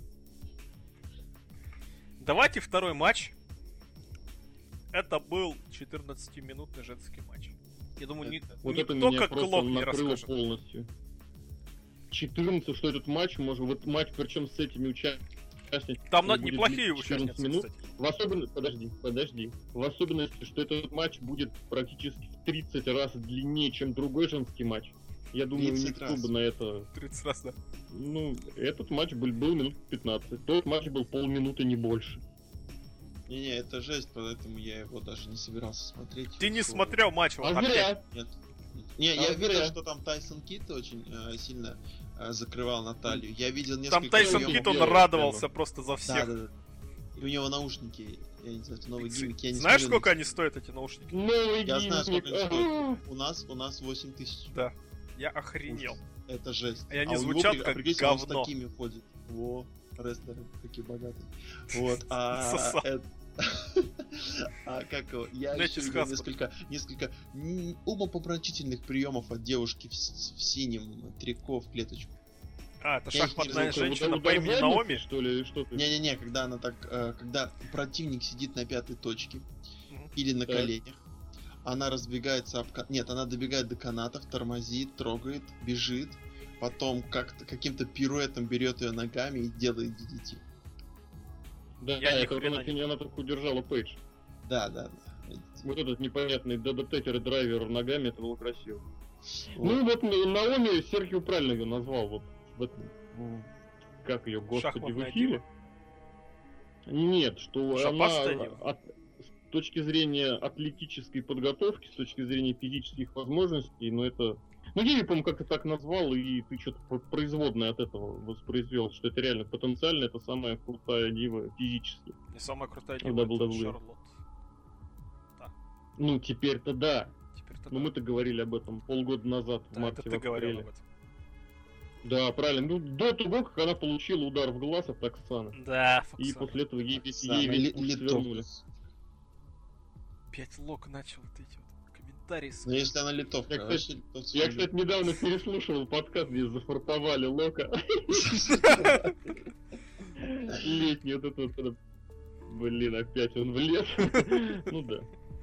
Давайте второй матч. Это был 14-минутный женский матч. Я думаю, Вот это никто меня как просто Клок не накрыло расскажет. полностью. 14, что этот матч, может, вот матч, причем с этими участниками. Там будет неплохие 14 участницы, минут. кстати. В особенности, подожди. В особенности, что этот матч будет практически в 30 раз длиннее, чем другой женский матч. Я думаю, 30 никто раз. бы на это... 30 раз, да. Ну, этот матч был минут 15. Тот матч был полминуты, не больше. Не-не, это жесть, поэтому я его даже не собирался смотреть. Ты не Что- смотрел матч, вот А опять. зря! Нет. Не, я А видел, зря. что там Тайсон Кит очень сильно закрывал Наталью. Я видел несколько... Там Тайсон приемов Кит, он делает, радовался просто за Да, всех. да, да. И у него наушники я не знаю, это новый гиммик. Я не Знаешь, смотрю сколько они стоят, эти наушники? Новый Я знаю, сколько они гиммик. стоят. У нас 8000. Да. Я охренел. Это жесть. И они у него, звучат как прикиньте, он с говно. такими ходит. Во, рестлеры такие богатые. Вот, Сосал. А как его? Я Знаете, еще с видел Хаспер. несколько умопомрачительных приемов от девушки в синем трико в клеточку. А, это Я их не шахматная знаю, женщина Удар по имени задницы, Наоми? что ли, или что ты? Не-не-не, когда она так, когда противник сидит на пятой точке Мгм. или на Так. коленях, она разбегается нет, она добегает до канатов, тормозит, трогает, бежит, потом как-то каким-то пируэтом берет ее ногами и делает DDT. Да, Я ни это вот хрена не- она так удержала Пейдж. Да. Вот этот непонятный ДДТ драйвер ногами, это было красиво. Вот. Ну вот Наоми Серхио правильно ее назвал, вот в этом, как ее, господи, Шахматная в эфире. Нет, что Шапастая она дива. с точки зрения атлетической подготовки, с точки зрения физических возможностей, ну это... Ну я не помню, как ты так назвал, и ты что-то производное от этого воспроизвел, что это реально потенциально, это самая крутая дива физически. Не самая крутая В дива, это WWE. Шарлотт. Ну теперь-то да. Теперь-то Но да. мы-то говорили об этом полгода назад, в Да, марте, это в ты говорил апреле. об этом. Да, правильно. Ну, до того, как она получила удар в глаз от Оксаны. Да, И Фоксана. после этого ей Оксана, весь путь литовка. свернули. Опять Лок начал вот эти вот комментарии. Но если она литовка, Я, вообще литовцы Я, уже- кстати, недавно переслушивал подкаст, где зафартовали Лока. Летний вот этот... Блин, опять он влез. Ну да.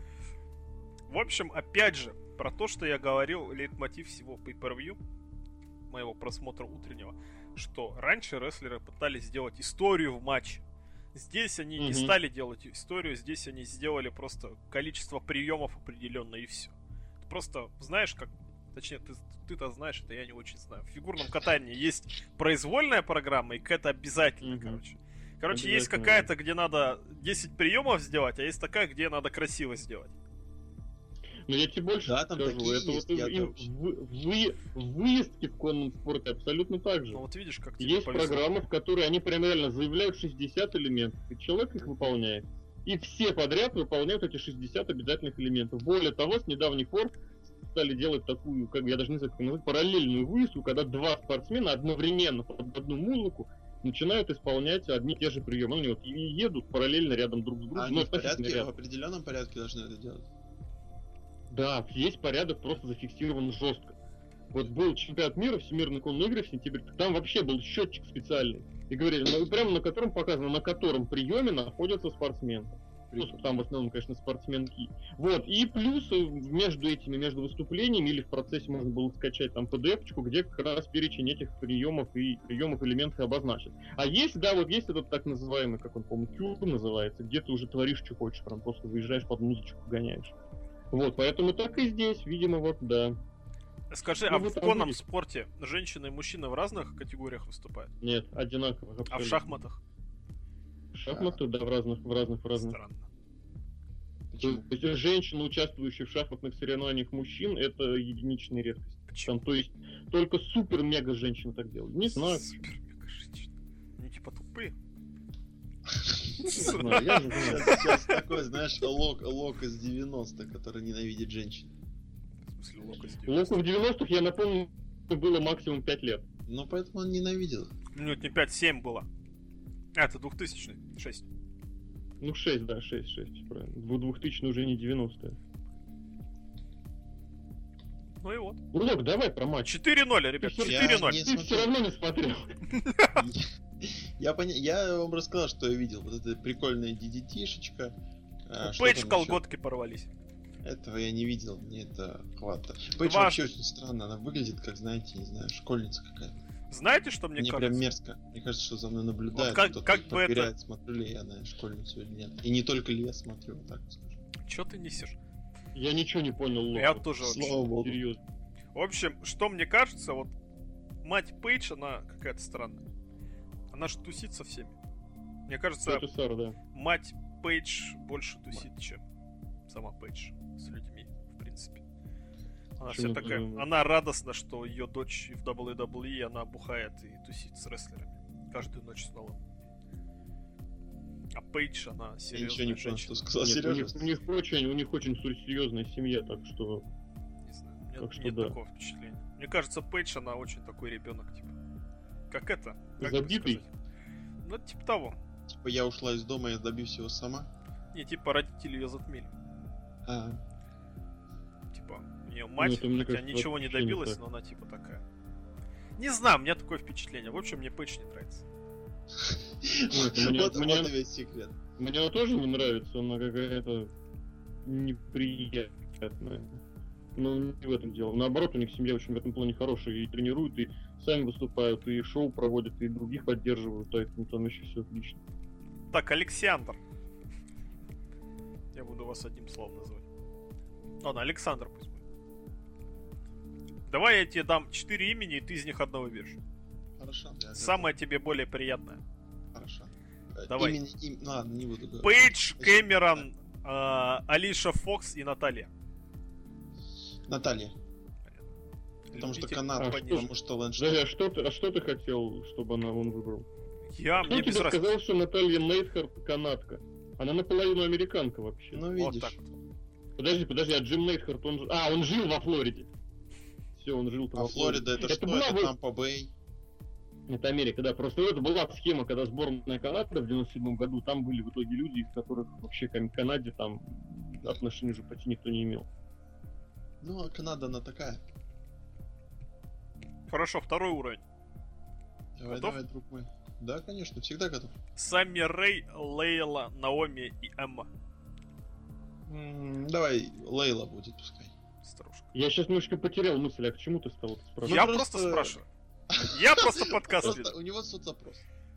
В общем, опять же, про то, что я говорил, лейтмотив всего pay-per-view, моего просмотра утреннего, что раньше рестлеры пытались сделать историю в матче. Здесь они не Мгм. стали делать историю, здесь они сделали просто количество приемов определенно и все. Просто знаешь, как... Точнее, ты-то знаешь, это я не очень знаю. В фигурном катании есть произвольная программа, и какая-то обязательная, Мгм. короче. Короче, есть Обязательно, какая-то, где надо 10 приемов сделать, а есть такая, где надо красиво сделать. Но я тебе больше Да, там скажу, такие это есть, вот я и вообще- в выездке в конном спорте абсолютно так же. Ну вот видишь, как тебе Есть повезло. программы, в которые они прям реально заявляют 60 элементов, и человек их выполняет. И все подряд выполняют эти 60 обязательных элементов. Более того, с недавних пор стали делать такую, как бы я даже не знаю, как ее назвать, параллельную выездку, когда два спортсмена одновременно под одну музыку начинают исполнять одни и те же приемы. Они вот и едут параллельно рядом друг с другом. Они но в порядке, относительно в рядом. определенном порядке должны это делать. Да, есть порядок, просто зафиксирован жестко. Вот был чемпионат мира, Всемирные конные игры в сентябре, там вообще был счетчик специальный. И говорили, ну прямо на котором показано, на котором приеме находятся спортсмены. Ну, там в основном, конечно, спортсменки. Вот, и плюс между этими, между выступлениями или в процессе можно было скачать там PDF-очку, где как раз перечень этих приемов и приемов элементов обозначен. А есть, да, вот есть этот так называемый, как он, по-моему, кюб называется, где ты уже творишь, что хочешь, прям просто выезжаешь под музычку, гоняешь. Вот, поэтому так и здесь, видимо, вот, да. Скажи, Ну, а вы в там конном видите. спорте женщины и мужчины в разных категориях выступают? Нет, одинаково. А в абсолютно. шахматах? Шахматы, да, в разных. Странно. То есть женщины, участвующие в шахматных соревнованиях мужчин, это единичная редкость. Почему? Там, то есть, только супер-мега женщины так делают. Не знаю. Супер-мега женщины. Они типа тупые. Не знаю, я не знаю. Сейчас такой, знаешь, лок из 90-х, который ненавидит женщин. В смысле, Лока сделал. Локу в 90-х, я напомню, было максимум 5 лет. Но поэтому он ненавидел. Нет, не 5, 7 было. А, это 2000 6. Ну, 6, да, 6, правильно. 2000 уже не 90-е. Ну и вот. Лок, давай про матч. 4-0, ребят, Я 4-0. не- Ты все равно не смотрел. Я вам рассказал, что я видел. Вот эта прикольная DDT-шечка. У Пейдж колготки порвались. Этого я не видел, мне это хватит. Пейдж Важно. вообще очень странно, она выглядит как, знаете, не знаю, школьница какая-то. Знаете, что мне Мне прям кажется? мерзко. Мне кажется, что за мной наблюдают, Вот кто-то как бы это- проверяет, смотрю ли я на школьницу или нет. И не только ли я смотрю, вот так скажу. Чё ты несешь? Я ничего не понял, Лок. Я тоже вообще. Слава богу. Серьезно. В общем, что мне кажется, вот мать Пейдж, она какая-то странная. Она же тусит со всеми. Мне кажется, Это Сара, да. мать Пейдж больше тусит, чем сама Пейдж с людьми, в принципе. Она вся Почему такая, по-твоему? она радостна, что ее дочь в WWE, она бухает и тусит с рестлерами каждую ночь снова. А Пейдж, она Я ничего серьезная не понял, женщина. что сказал Нет, Сережа. у них очень серьезная семья, так что... Не знаю, у меня Так что нет да. такого впечатления. Мне кажется, Пейдж, она очень такой ребенок, типа. Как это? Как бы Забитый? сказать? Ну, типа того. Типа я ушла из дома, я добьюсь его сама. Не, типа родители ее затмили. А, Типа, у нее мать, это, мне хотя кажется, ничего не вообще не добилась, так. но она типа такая. Не знаю, у меня такое впечатление. В общем, мне Пейдж не нравится. вот мне- и весь секрет. Мне она тоже не нравится, она какая-то неприятная. Но не в этом дело. Наоборот, у них семья очень в этом плане хорошая. И тренируют, и сами выступают, и шоу проводят, и других поддерживают, поэтому там еще все отлично. Так, Александр. Я буду вас одним словом называть. Ладно, Александр пусть будет. Давай я тебе дам 4 имени, и ты из них одно выберешь. Хорошо. я Самое тебе более приятное. готов. Хорошо. Давай. Ну ладно, не буду говорить. Пейдж, Кэмерон, Алиша Фокс и Наталья. Наталья. Потому что Любитель Канада, понижен. потому что Лэнштейн. Жень, а что ты хотел, чтобы он выбрал? Я, Кто мне тебе без разницы. сказал, что Наталья Нейтхарт канадка? Она наполовину американка вообще. Ну Вот видишь. так вот. Подожди, а Джим Нейтхарт, он жил во Флориде. Все, он жил там А во Флорида это что? была Это вы- Тампа-Бэй. Это Америка, да. Просто это была схема, когда сборная Канады в 97 году, там были в итоге люди, из которых вообще к Канаде там отношения уже почти никто не имел. Ну, а Канада она такая. Хорошо, второй уровень. Давай, Готов? давай, друг мой. Да, конечно, всегда готов. Самми Рэй, Лейла, Наоми и Эмма. Давай, Лейла будет, пускай. Старушка. Я сейчас немножко потерял мысль, а к чему ты стал это спрашивать? Я просто- просто спрашиваю. Я просто подкаст Просто веду. у него соцопрос.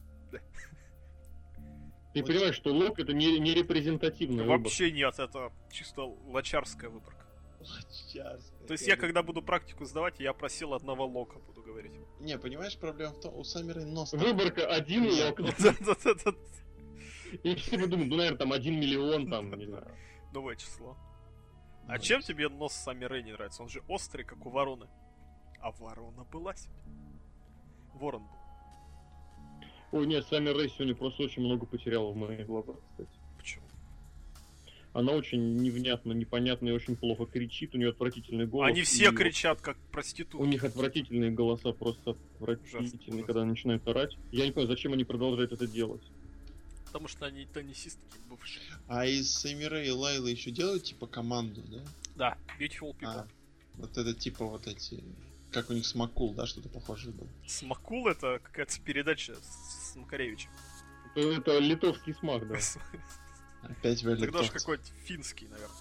Ты понимаешь, что лог это не репрезентативный выбор. Вообще нет, это чисто лочарская выборка. Лачарская. То есть я когда буду практику сдавать, я просил одного лока, буду говорить. Не, понимаешь, проблема в том, у Саммеры нос... Выборка один лог. Да-да-да-да. И все думают, ну, наверное, там 1 миллион, там, не знаю. Новое число. А чем тебе нос Самми Рэй не нравится? Он же острый, как у вороны. А ворона была сегодня. Ворон был. Ой, нет, Самми Рэй сегодня просто очень много потеряла в моих глазах, кстати. Почему? Она очень невнятно, непонятно и очень плохо кричит, у нее отвратительный голос. Они все и кричат, как У проститутки. них отвратительные голоса, просто отвратительные, Ужасно. когда они начинают орать. Я не понимаю, зачем они продолжают это делать. Потому что они теннисистки бывшие. А из Саммеры и Лайлы еще делают типа команду, да? Да, Beautiful People. А, вот это типа вот эти... Как у них Смакул, да, что-то похожее было. Смакул это какая-то передача с Макаревичем. Это литовский смак, да. Опять Тогда же литовцы. какой-то финский, наверное.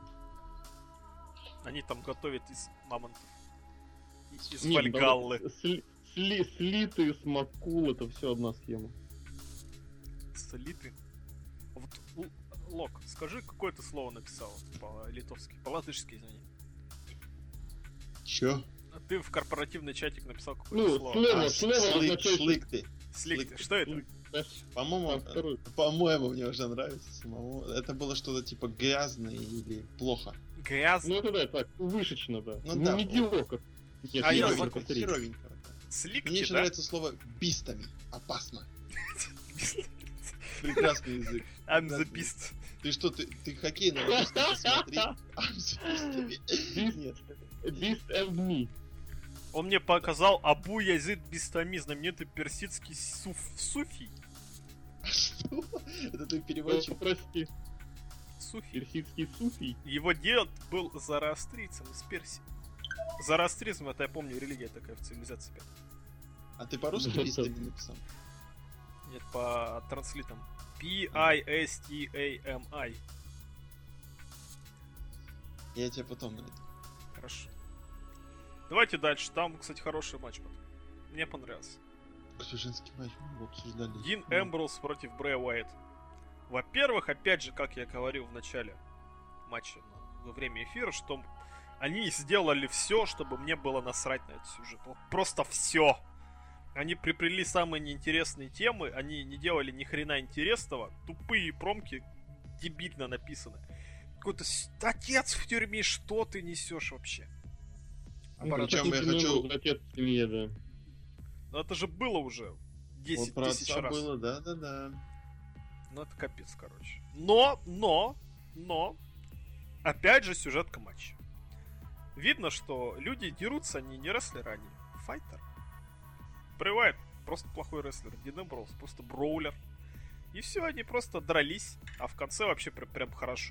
Они там готовят из мамонтов. Из Нет, Вальгаллы. Слиты, смакул, это все одна схема. Солиты. Вот, Лок, скажи, какое ты слово написал по-литовски, по-латышски, извини. Чё? А ты в корпоративный чатик написал какое-то Ну, слово. слово означает... Слык-ты. Слик. Что это? По-моему, А, второй. по-моему, мне уже нравится самому. Это было что-то типа грязное или плохо. Грязно. Ну это да, так, вышечно, да. Ну да. Медиокр. Нет, А я медиокр, Херовенько, повтори. херовенько. Сликти, Мне еще да? нравится слово бистами. Опасно. Прекрасный язык. I'm the beast. Ты что, ты хоккей на русском посмотри. I'm the beast. Нет. Beast and me. Он мне показал Абу Язид Бистами, знаменитый персидский суфий. Что? Это ты Ой, переводчик? прости, Суфий. персидский суфий. Его дед был зороастрийцем из Персии. Зороастризм, это я помню, религия такая в цивилизации. А ты по-русски бистами написал? Нет, по транслитам. P-I-S-T-A-M-I. Я тебе потом найду. Хорошо. Давайте дальше. Там, кстати, хороший матч был. Мне понравился. Какой женский матч мы его обсуждали? Дин Эмброуз против Брэя Уайт. Во-первых, опять же, как я говорил в начале матча, во время эфира, что они сделали все, чтобы мне было насрать на этот сюжет. Вот просто все. Они приплели самые неинтересные темы, они не делали ни хрена интересного, тупые промки дебильно написаны. Какой-то отец в тюрьме, что ты несешь вообще? Причем я хочу... Отец в семье, да. Ну это же было уже 10 Вот про тысяч отца раз. было, да-да-да. Ну это капец, короче. Но, опять же сюжетка матча. Видно, что люди дерутся, они не рестлеры, они файтер. Прайвайт просто плохой рестлер, Дин Эмброуз просто броулер. И все, они просто дрались, а в конце вообще прям хорошо.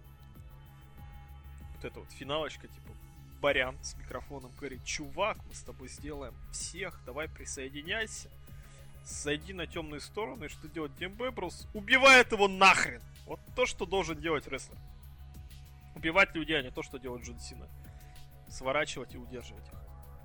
Вот эта вот финалочка, типа, Барян с микрофоном говорит: чувак, мы с тобой сделаем всех, давай присоединяйся. Зайди на темную сторону, и что делает Дин Эмброуз? Убивает его нахрен! Вот то, что должен делать рестлер. Убивать людей, а не то, что делает Джон Сина. Сворачивать и удерживать их.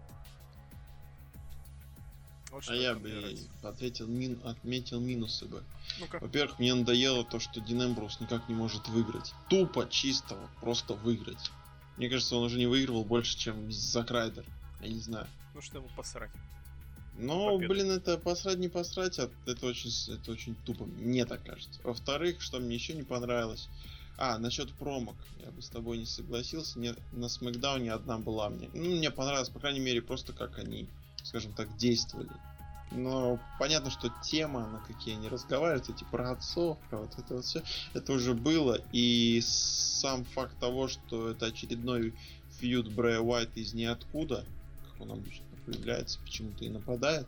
Вот А я бы отметил минусы бы. Ну-ка. Во-первых, мне надоело то, что Дин Эмброуз никак не может выиграть. Тупо, чисто, вот, просто выиграть. Мне кажется, он уже не выигрывал больше, чем Зак Райдер. Я не знаю. Ну что ему посрать? Ну, Победа. блин, это посрать не посрать, это очень тупо, мне так кажется. Во-вторых, что мне еще не понравилось. Насчет промок. Я бы с тобой не согласился. На Смэкдауне одна была мне. Мне понравилось, по крайней мере, просто как они, скажем так, действовали. Но понятно, что тема, на какие они разговаривают, эти про отцов, про вот это вот все, это уже было. И сам факт того, что это очередной фьюд Брэя Уайта из ниоткуда, как он обычно появляется, почему-то и нападает.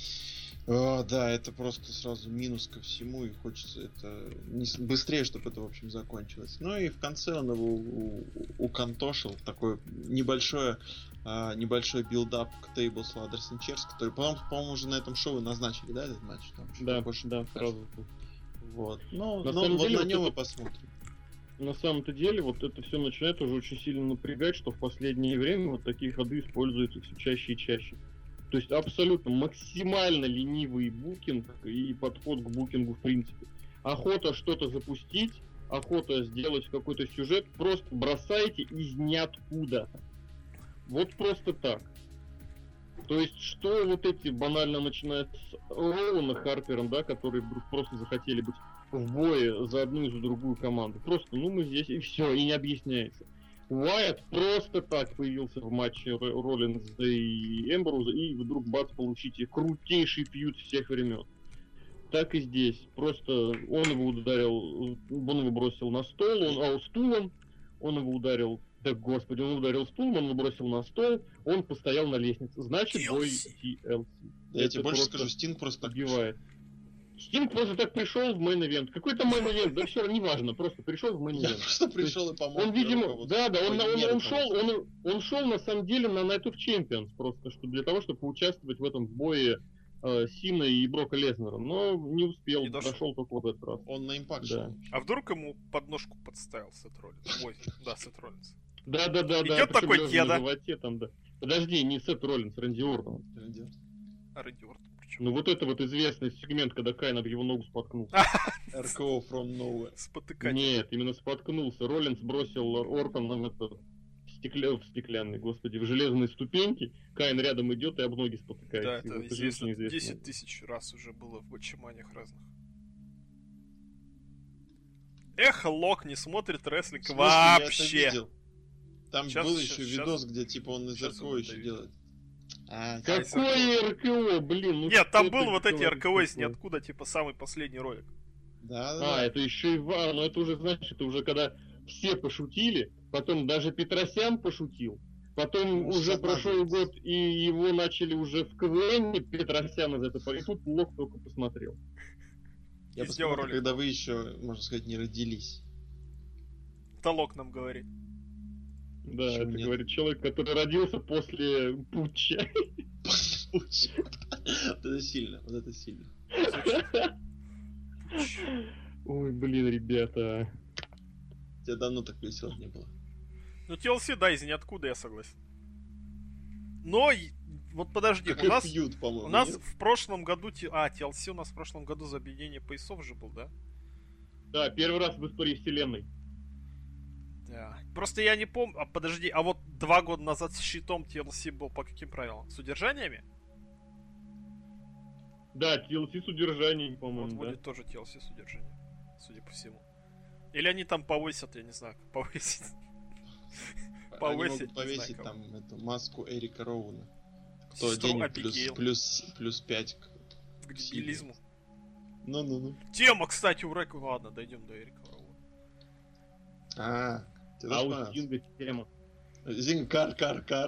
Да, это просто сразу минус ко всему, и хочется это быстрее, чтобы это, в общем, закончилось. Ну и в конце он его укантошил, такой небольшой билдап к Tables, Ladders and Chairs, который, по-моему, уже на этом шоу назначили, да, этот матч? Там Да, сразу. Вот. Ну, На вот самом деле, на вот нем это... мы посмотрим. На самом-то деле, вот это все начинает уже очень сильно напрягать, что в последнее время вот такие ходы используются все чаще и чаще. То есть абсолютно максимально ленивый букинг и подход к букингу в принципе. Охота что-то запустить, охота сделать какой-то сюжет, просто бросайте из ниоткуда. Вот просто так. То есть, что вот эти банально начинают с Роуэн и Харпером, да, которые вдруг просто захотели быть в бое за одну и за другую команду. Просто, мы здесь, и все, и не объясняется. Уайт просто так появился в матче Роллинза и Эмброуза, и вдруг бац, получите крутейший фьюд всех времен. Так и здесь. Просто он его бросил на стол, стулом, он его ударил, он ударил стулом, он его бросил на стол, он постоял на лестнице. Значит, бой TLC. Я тебе больше скажу, Стинг просто так убивает. Стинг просто так пришел в мейн-ивент. Какой-то мейн-ивент, да все, неважно, просто пришел в мейн-ивент. Я просто пришел и помог. Он, видимо, он шел на самом деле на Night of Champions, просто что для того, чтобы поучаствовать в этом бое Сина и Брока Леснера, но не успел, прошел только вот этот раз. Он на импакт да. шел. А вдруг ему подножку подставил Сет Роллинс? Ой, да, Сет Роллинс. Да. Идет такой деда. Там, да. Подожди, не Сет Роллинс, Рэнди Ортон. Рэнди Ортон. Ну вот это вот известный сегмент, когда Кайн об его ногу споткнулся. RKO from nowhere. Спотыкание. Нет, именно споткнулся. Роллинс бросил Ортона в стеклянный, господи, в железные ступеньки. Кайн рядом идет и об ноги спотыкается. Да, это известно. 10 тысяч раз уже было в бочеманиях разных. Эх, Лок не смотрит рестлинг вообще. Там был еще видос, где типа он из РКО еще делает. Какое РКО, блин? Нет, там был вот эти РКО из ниоткуда, типа самый последний ролик. Да. Это еще и но это уже, значит, это уже когда все пошутили, потом даже Петросян пошутил, потом уже прошел год, и его начали уже в КВН Петросян из этого, и тут Лок только посмотрел. Я посмотрел ролик, когда вы еще, можно сказать, не родились. Это Лок нам говорит. Да, это говорит человек, который родился после путча. После путча. Вот это сильно. Ой, блин, ребята. Тебе давно так весело не было. Ну, TLC, да, из ниоткуда, я согласен. Но, вот подожди, как у нас в прошлом году... TLC у нас в прошлом году за объединение поясов же был, да? Да, первый раз в истории вселенной. Да. Просто я не помню... подожди, а вот 2 года назад с щитом TLC был по каким правилам? С удержаниями? Да, TLC с удержанием, по-моему, вот будет тоже TLC с удержанием, судя по всему. Или они там повысят, я не знаю, как повысить. Они могут повесить там эту маску Эрика Роуна. Кто денег плюс 5 к дебилизму. Ну-ну-ну. Тема, кстати, у Рэка. Ладно, дойдем до Эрика Варова. Тебе тоже А у понравилось? Стинга тема. Зинг кар-кар-кар.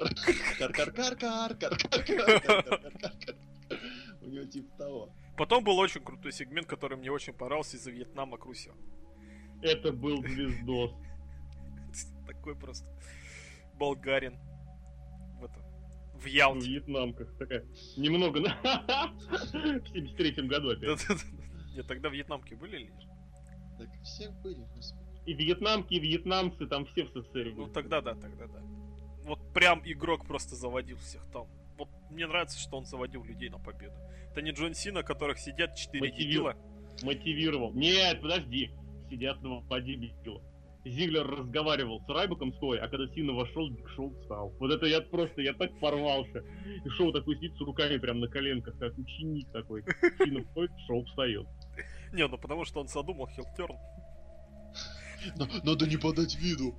Кар-кар-кар-кар-кар-кар-кар-кар-кар. У него типа того. Потом был очень крутой сегмент, который мне очень понравился из-за Вьетнама к Руси. Это был звездос. Такой просто болгарин в В Ялте. вьетнамках. Такая. Немного на... В 73-м году опять. Нет, тогда вьетнамки были или нет? Так все были, господи. И вьетнамки, и вьетнамцы, там все в СССР Ну были. тогда да. Вот прям игрок просто заводил всех там. Вот мне нравится, что он заводил людей на победу. Это не Джон Сина, которых сидят 4 дебила. Мотивировал. Нет, подожди. Сидят два дебила. Зиглер разговаривал с Райбеком стоя, а когда Сина вошел, Биг Шоу встал. Вот это я так порвался. И Шоу такой сидит с руками прям на коленках, как ученик такой. Сина входит, Шоу встает. Не, ну потому что он задумал хилтерн. Надо не подать виду.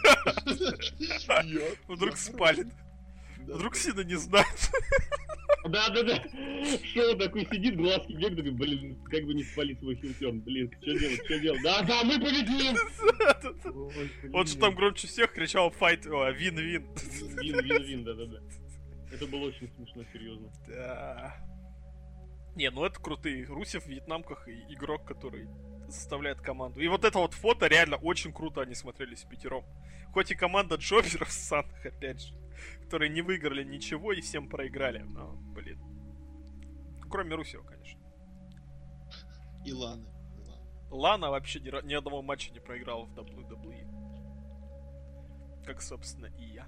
Вдруг спалит. Вдруг Сина не знает. Да. Шоу такой сидит, глазки бегают, такой, блин, как бы не спалить свой хилтерн, блин, что делать? Да, мы победим! Он же там громче всех кричал файт, вин-вин. Вин, да. Это было очень смешно, серьезно. Да. Не, ну это крутые. Русев в вьетнамках и игрок, который заставляет команду. И вот это вот фото реально очень круто они смотрелись пятером. Хоть и команда Джоберов с Санах, опять же, которые не выиграли ничего и всем проиграли. Но, блин. Кроме Русева, конечно. И Ланы. Лана вообще ни одного матча не проиграла в WWE. Как, собственно, и я.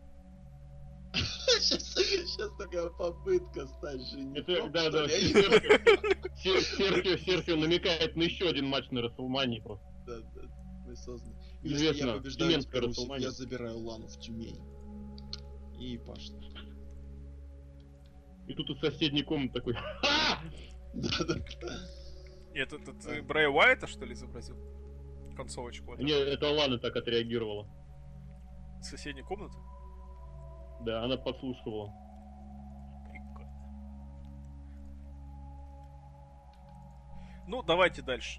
Сейчас такая попытка стать женихом. Да. Серхио намекает на еще один матч на Расселмании просто. Да. Мы созданы. Если Известно, я побеждаю Тюменская теперь Русев, Расселмания. я забираю Лану в Тюмень. И пошло. И тут из соседней комнаты такой. Да. Это Брэй Уайта, что ли, изобразил? Концовочку. Вот Не, это Лана так отреагировала. из соседней комнаты? Да, она подслушивала. Прикольно. Ну, давайте дальше.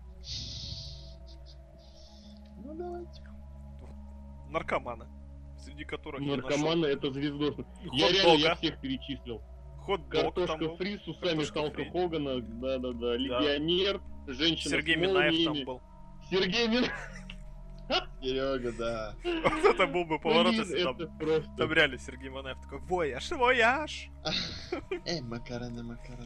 Ну давайте. Наркоманы, среди которых я Наркоманы это звездосно. Я Хот-дога. реально всех перечислил. Хот-дог там Картошка был. фри с усами Картошка Халка фри. Хогана. Да. Легионер. Женщина Сергей с Минаев молниями. там был. Сергей Минаев. Серега, да. Вот это был бы поворот, Блин, если это там просто... реально Сергей Минаев такой: вояж. Макароны,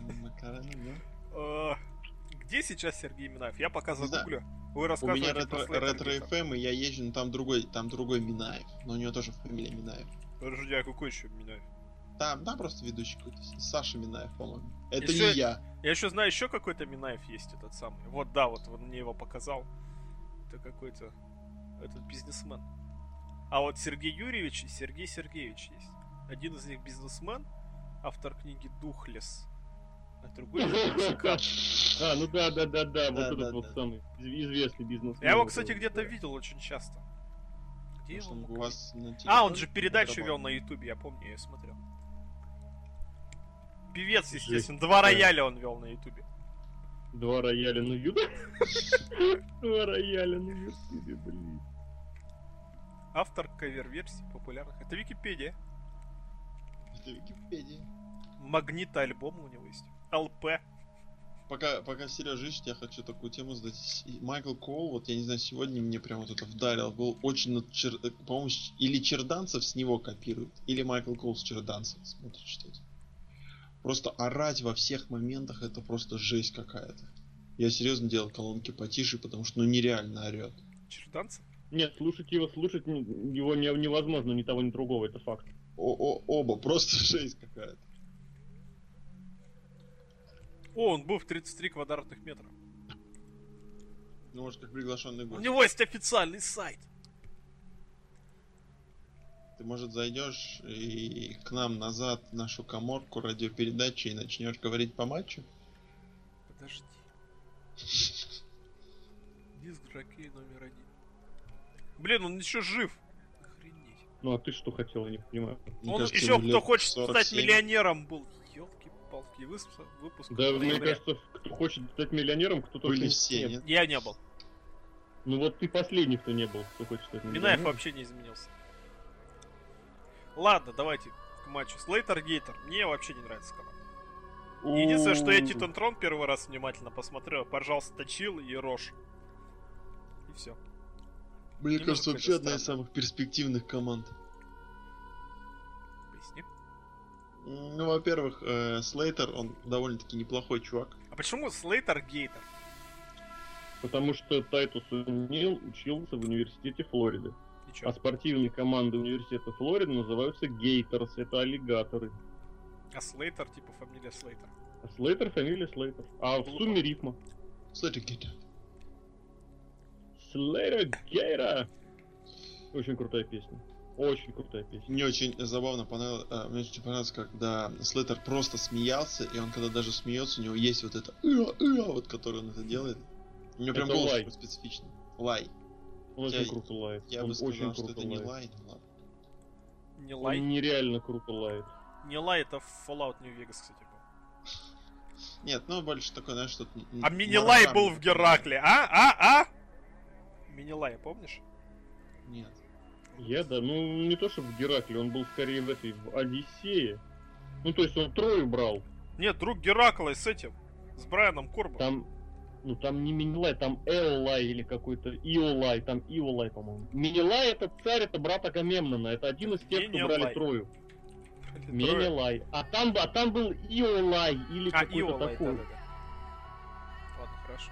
ну. Где сейчас Сергей Минаев? Я пока Не знаю. загуглю. Вы У меня рассказываете про ретро FM, и я езжу, но там другой Минаев. Но у него тоже фамилия Минаев. Подожди, а какой еще Минаев? Там просто ведущий какой-то. Саша Минаев, по-моему. Это Ещё- не я. Я еще знаю, еще какой-то Минаев есть этот самый. Вот да, вот он мне его показал. Это какой-то этот бизнесмен. А вот Сергей Юрьевич и Сергей Сергеевич есть. Один из них бизнесмен, автор книги Духлес. А другой музыкант. Ну да, вот Да, этот вот самый известный бизнес. Я его, кстати, где-то видел очень часто. Где Потому его? что у вас на А, он телефоне же передачу работает. вел на Ютубе, я помню, я ее смотрел. Певец, Жесть. естественно. 2 рояля он вел на Ютубе. 2 рояля на Ютубе. 2 рояля на Ютубе, блин. Автор кавер-версий популярных. Это Википедия. Это Википедия. Магнита альбома у него есть. ЛП. Пока Сережа ищет, я хочу такую тему задать. Майкл Коул, вот я не знаю, сегодня мне прям вот это вдарил. Был очень, по-моему, или Черданцев с него копирует, или Майкл Коул с Черданцев смотрит что-то. Просто орать во всех моментах, это просто жесть какая-то. Я серьезно делал колонки потише, потому что нереально орет. Черданцев? Нет, слушать его невозможно, ни того, ни другого, это факт. Оба, просто жесть какая-то. О, он был в 33 квадратных метра. Ну, может, как приглашенный У гость. него есть официальный сайт. Ты, может, зайдешь и к нам назад в нашу каморку радиопередачи и начнешь говорить по матчу? Подожди. Диск жокей номер 1. Блин, он еще жив. Охренеть. Ну а ты что хотел, я не понимаю. Мне Он кажется, еще ему кто лет хочет 47. стать миллионером был. Ёлки-палки. выпусков. Да, мне кажется, кто хочет стать миллионером, кто-то... Были все, нет? Я не был. Ну вот ты последний, кто не был, кто хочет стать миллионером. Минаев вообще не изменился. Ладно, давайте к матчу. Слейтер Гейтер. Мне вообще не нравится команда. Единственное, что я Титантрон первый раз внимательно посмотрел, пожалуйста, Точил и Рош. И все. Мне Немного кажется, вообще какая-то одна из самых перспективных команд. Поясни. Ну, во-первых, Слейтер, он довольно-таки неплохой чувак. А почему Слейтер Гейтер? Потому что Тайтус Нил учился в университете Флориды. И чё? А спортивные команды университета Флориды называются Гейтерс, это аллигаторы. А Слейтер, типа фамилия Слейтер. А Слейтер фамилия Слейтер. А в сумме рифма. Слейтер Гейтер. Слейтер Гейтер. Очень крутая песня. Очень крутая песня. Мне очень забавно понравилось, мне очень понравилось, когда Слейтер просто смеялся, и он когда даже смеется, у него есть вот это вот, которое он это делает. У него прям Это голос лай. такой специфичный. Лай. Он очень круто лает. Я Он бы сказал, очень что круто это не лает. лай, ну ладно. Не Лай? Он нереально круто лает. Не Лай, это Fallout New Vegas, кстати, был. Нет, ну больше такое, знаешь, что-то... А Мини-Лай был в Геракле, а? Мини-Лай, помнишь? Нет. Ну не то чтобы в Геракле, он был скорее в Одиссее. Ну то есть он Трою брал. Нет, друг Геракла с этим, с Брайаном Корбом. Там не Минилай, там Эолай или какой-то Иолай, там Иолай, по-моему. Минилай это царь, это брат Агамемнона, это один из тех, кто брали Менелай. Трою. Минилай. А там был Иолай или какой-то Иолай, такой. да. Ладно, хорошо.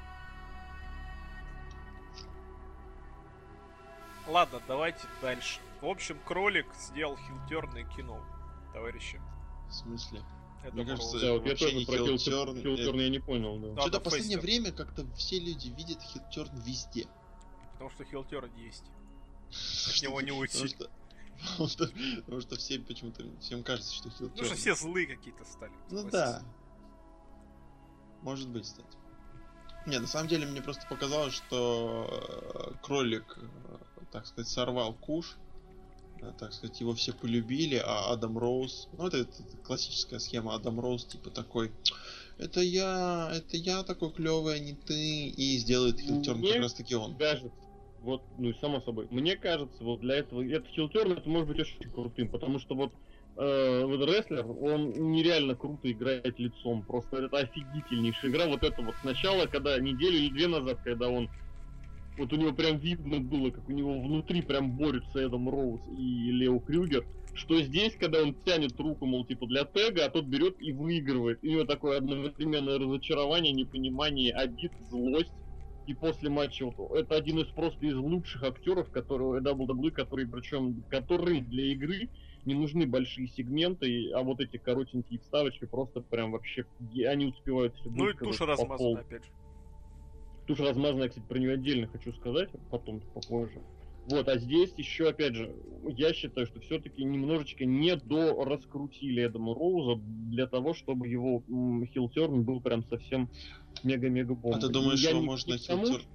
Ладно, давайте дальше. В общем, Кролик сделал хилтерное кино, товарищи. В смысле? Это Мне было- кажется, Да, вот я вообще тоже не про хилтерн. Хилтерн я не понял, да. Да. Что-то да, в последнее фейстер. время как-то все люди видят хилтерн везде. Потому что хилтерн есть. От него не уйти. Потому что все почему-то всем кажется, что хилтерн. Потому что все злые какие-то стали. Ну согласись. да. Может быть, кстати. Не, на самом деле мне просто показалось, что Кролик, так сказать, сорвал куш. Так сказать, его все полюбили, а Адам Роуз... Ну, это классическая схема. Адам Роуз, типа, такой... Это я такой клевый, а не ты. И сделает хилтерн Мне как раз таки он. кажется, вот, ну и само собой, мне кажется, вот для этого, этот хилтерн, это может быть очень крутым, потому что вот рестлер, он нереально круто играет лицом, просто это офигительнейшая игра, вот это вот сначала, когда неделю или две назад, когда он, вот у него прям видно было, как у него внутри прям борются Эдам Роуз и Лео Крюгер, что здесь, когда он тянет руку, мол, типа для тега, а тот берет и выигрывает. И у него такое одновременное разочарование, непонимание, обид, злость. И после матча вот, это один из просто из лучших актеров, которые WWE, которые для игры не нужны большие сегменты, а вот эти коротенькие вставочки просто прям вообще они успевают все. Ну и туша размазана, опять же. Туша размазанная, я, кстати, про нее отдельно хочу сказать, потом попозже. Вот, а здесь еще, опять же, я считаю, что все-таки немножечко не дораскрутили Эдама Роуза для того, чтобы его хилтерн был прям совсем мега-мега бомбой. А ты думаешь, Я его не- можно не к тому, хилтерн...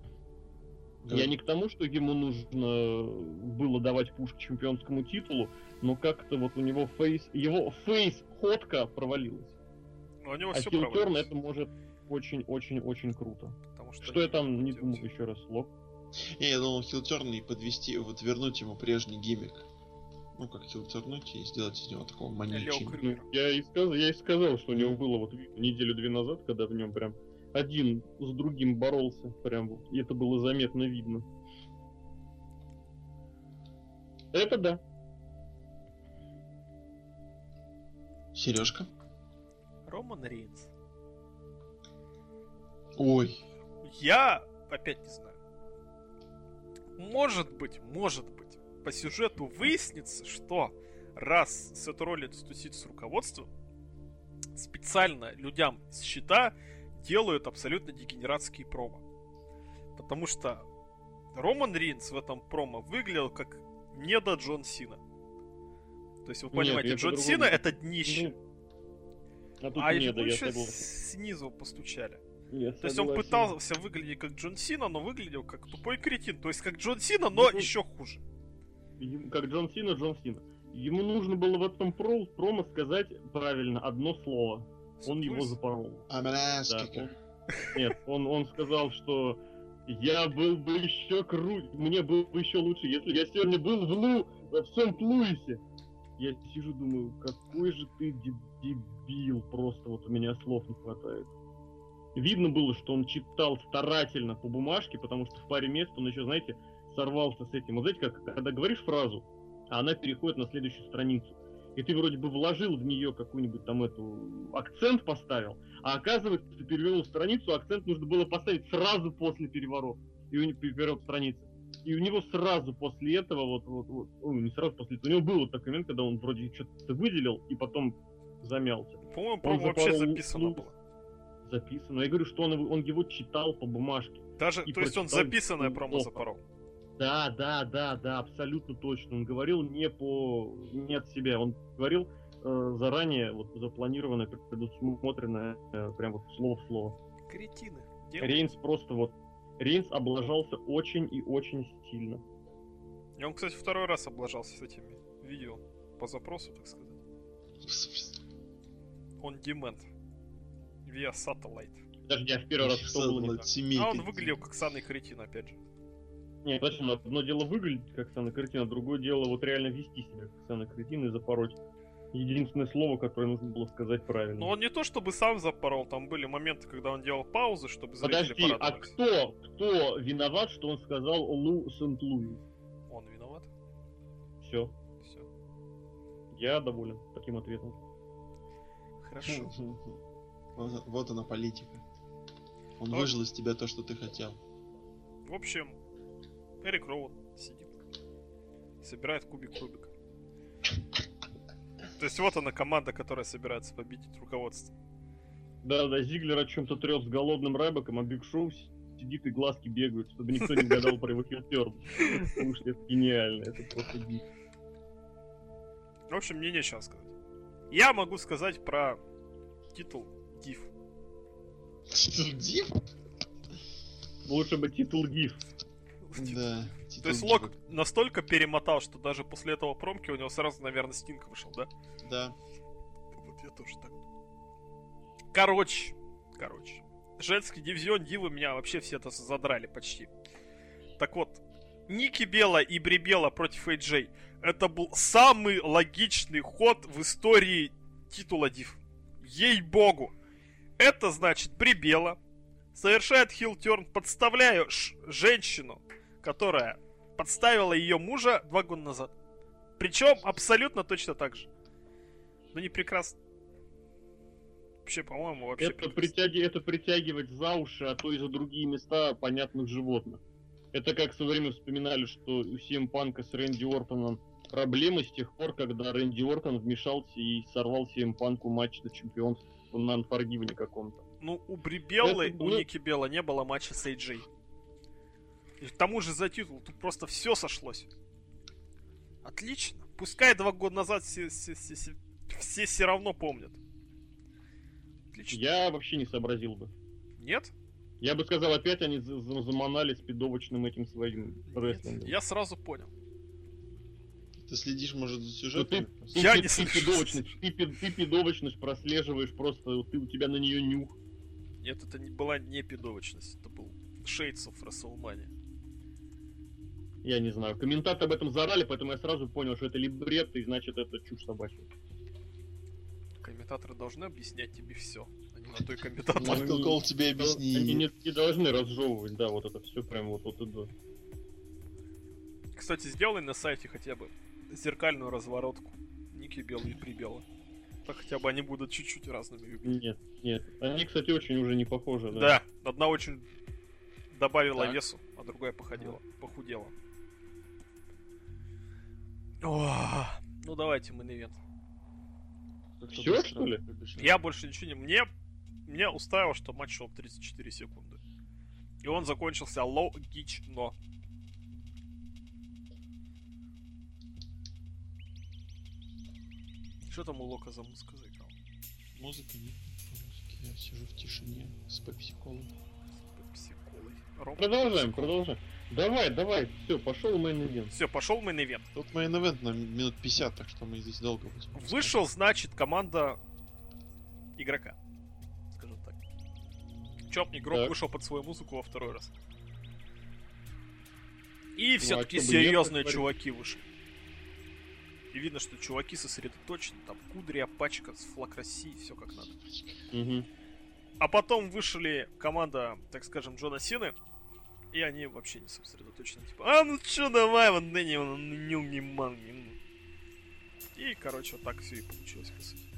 Я не к тому, что ему нужно было давать пуш к чемпионскому титулу, но как-то вот у него его фейс-ходка провалилась. Но у него А все хилтерн провалилось. это может очень-очень-очень круто. Потому Что я там не делать. думал еще раз, Лок? Не, я думал хилтерн и подвести, вот вернуть ему прежний гиммик. Ну, как хилтернуть и сделать из него такого Лео маньячинга. Крюгер. Ну, я и сказал, что у него было вот неделю-две назад, когда в нем прям один с другим боролся, прям вот, и это было заметно видно. Это да. Сережка? Роман Рейнс. Ой. Я опять не знаю. Может быть, по сюжету выяснится, что раз Сет Роллинс тусит с руководством, специально людям с щита делают абсолютно дегенератские промо. Потому что Роман Рейнс в этом промо выглядел как недо Джон Сина. То есть вы Нет, понимаете, я Джон по-другому. Сина это днище. А тут А нет, ему да, я еще согласен. снизу постучали. Я То есть он согласен. пытался выглядеть как Джон Сина, но выглядел как тупой кретин. То есть как Джон Сина, но Ну, еще хуже. Как Джон Сина. ему нужно было в этом промо сказать правильно одно слово. Он его запорол. Да, нет, он сказал, что я был бы еще мне было бы еще лучше, если я сегодня был в Сент-Луисе. Я сижу, думаю, какой же ты дебил, просто вот у меня слов не хватает. Видно было, что он читал старательно по бумажке, потому что в паре мест он еще, знаете, сорвался с этим. Вот знаете, как когда говоришь фразу, а она переходит на следующую страницу. И ты вроде бы вложил в нее какую-нибудь там акцент поставил, а оказывается, ты перевел страницу, акцент нужно было поставить сразу после переворота. И у него переворот страницы. И у него сразу после этого, не сразу после этого, у него был вот такой момент, когда он вроде что-то выделил и потом замялся. По-моему, промо вообще записано было. Записано. Я говорю, что он его читал по бумажке. Даже, то есть он записанное промо запорол? Да, абсолютно точно. Он говорил не от себя, он говорил заранее, вот запланированное, предусмотренное, прям вот слово в слово. Кретины. Рейнс облажался очень и очень сильно. И он, кстати, второй раз облажался с этими видео по запросу, так сказать. On demand. Via satellite. Даже я в первый раз что было не так. А он выглядел как санный кретин, опять же. Нет, точно, одно дело выглядеть как санный кретин, а другое дело вот реально вести себя как санный кретин и запороть. Единственное слово, которое нужно было сказать правильно. Но он не то чтобы сам запорол, там были моменты, когда он делал паузы, чтобы зрители порадовались. Подожди, а кто виноват, что он сказал Лу Сент-Луис? Он виноват. Все. Я доволен таким ответом. Хорошо. Вот она политика. Он выжил из тебя то, что ты хотел. В общем, Эрик Роуэн сидит. Собирает кубик Рубика. То есть вот она команда, которая собирается победить руководство. Да, Зиглер о чем-то трет с голодным Рэбеком, а Биг Шоу сидит и глазки бегают, чтобы никто не гадал про его хилтерн. Потому что это гениально, это просто дичь. В общем, мне нечего сказать. Я могу сказать про титул Див. Титул Див? Лучше бы титул Див. Да. То есть Лок настолько перемотал, что даже после этого промки у него сразу, наверное, Стинг вышел, да? Да. Вот я тоже так. Короче. Женский дивизион Дивы меня вообще все это задрали почти. Так вот, Ники Белла и Бри Белла против AJ. Это был самый логичный ход в истории титула Див. Ей-богу. Это значит, Бри Белла совершает хил-терн, подставляя женщину, которая подставила ее мужа 2 года назад. Причем абсолютно точно так же. Ну не прекрасно. Вообще, по-моему, вообще это притягивать за уши, а то и за другие места понятных животных. Это как в свое время вспоминали, что у CM Панка с Рэнди Ортоном проблемы с тех пор, когда Рэнди Ортон вмешался и сорвал CM Панку матч на чемпионство на Unforgiven каком-то. Ну, у Бри Беллы, у Ники Белла не было матча с AJ. И к тому же за титул тут просто все сошлось. Отлично. Пускай 2 года назад все равно помнят. Отлично. Я вообще не сообразил бы. Нет? Я бы сказал, опять они заманали спидовочным этим своим рестлингом. Я сразу понял. Ты следишь, может, за сюжетом? Я не слышу. Ты пидовочность прослеживаешь, просто у тебя на нее нюх. Нет, это была не пидовочность, это был Shades of WrestleMania. Я не знаю. Комментаторы об этом заорали, поэтому я сразу понял, что это либретто, и значит это чушь собачья. Комментаторы должны объяснять тебе все, а не на той комментатор. Майкл Кол тебе объясни. Они не должны разжевывать, да, вот это все прям вот и до. Кстати, сделай на сайте хотя бы зеркальную разворотку Ники Белла и Бри Белла. Так хотя бы они будут чуть-чуть разными выглядеть. Нет. Они, кстати, очень уже не похожи, да? Да, одна очень добавила так. весу, а другая похудела. О, ну давайте мейн-ивент. Все, что ли? Я больше ничего не... Меня устраивало, что матч шел 34 секунды. И он закончился логично. Что там у Лока за музыка заиграла? Музыка нет. Музыки. Я сижу в тишине с пепси-колой. Пепси-колой. Продолжаем. Давай, все, пошел мейн-ивент. Все, пошел мейн-ивент. Тут мейн-ивент на минут 50, так что мы здесь долго будем. Вышел, значит, команда игрока. Скажем так. Чоп игрок Так. вышел под свою музыку во второй раз. И а все-таки что бы нет, серьезные так чуваки вышли. И видно, что чуваки сосредоточены. Там кудри, пачка, флаг России, все как надо. Угу. А потом вышли команда, так скажем, Джона Сины. И они вообще не сосредоточены. Типа, ну чё, давай, вот да не манги. И, короче, вот так все и получилось, по сути.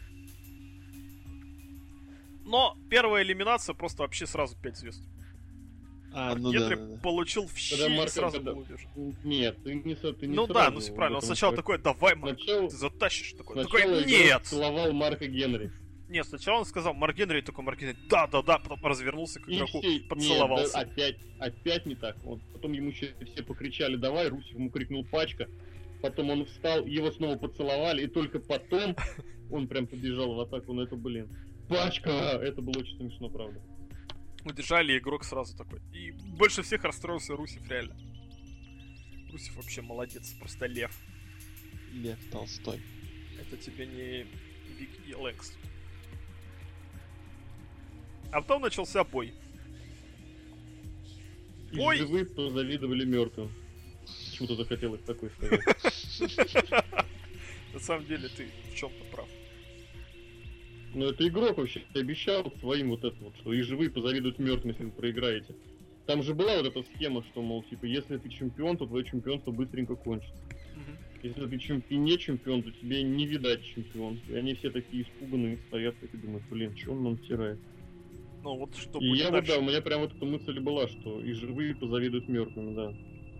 Но первая элиминация просто вообще сразу 5 звезд. Ну Генри да. получил в щи и сразу был убежен. Нет, ты не Ну сразу да, ну все правильно. Он в этом сначала смысле. такой, давай, Марк, Сначала- ты затащишь. Такой, Сначала игрок нет! целовал Марка Генри. Нет, сначала он сказал Марк Генри, и такой Марк Генри, да, потом развернулся к И игроку, все, поцеловался. нет, опять не так. Вот, потом ему еще все покричали «давай», Русев ему крикнул «пачка». Потом он встал, его снова поцеловали, и только потом он прям побежал в атаку. Ну это, пачка! Это было очень смешно, правда. Удержали, и игрок сразу такой. И больше всех расстроился Русев, реально. Русев вообще молодец, просто лев. Лев Толстой. Это тебе не Вик и Лекс. А потом начался бой. И Ой! живые позавидовали мертвым. Почему-то захотелось такой сказать. На самом деле ты в чем-то прав. Но это игрок вообще обещал своим вот это вот, что и живые позавидуют мертвым, если вы проиграете. Там же была вот эта схема, что, мол, типа, если ты чемпион, то твое чемпионство быстренько кончится. Если ты не чемпион, то тебе не видать чемпион. И они все такие испуганные стоят, и думают, блин, что он нам втирает? Ну вот что И будет я дальше. у меня прям вот эта мысль была, что и живые позавидуют мертвым, да.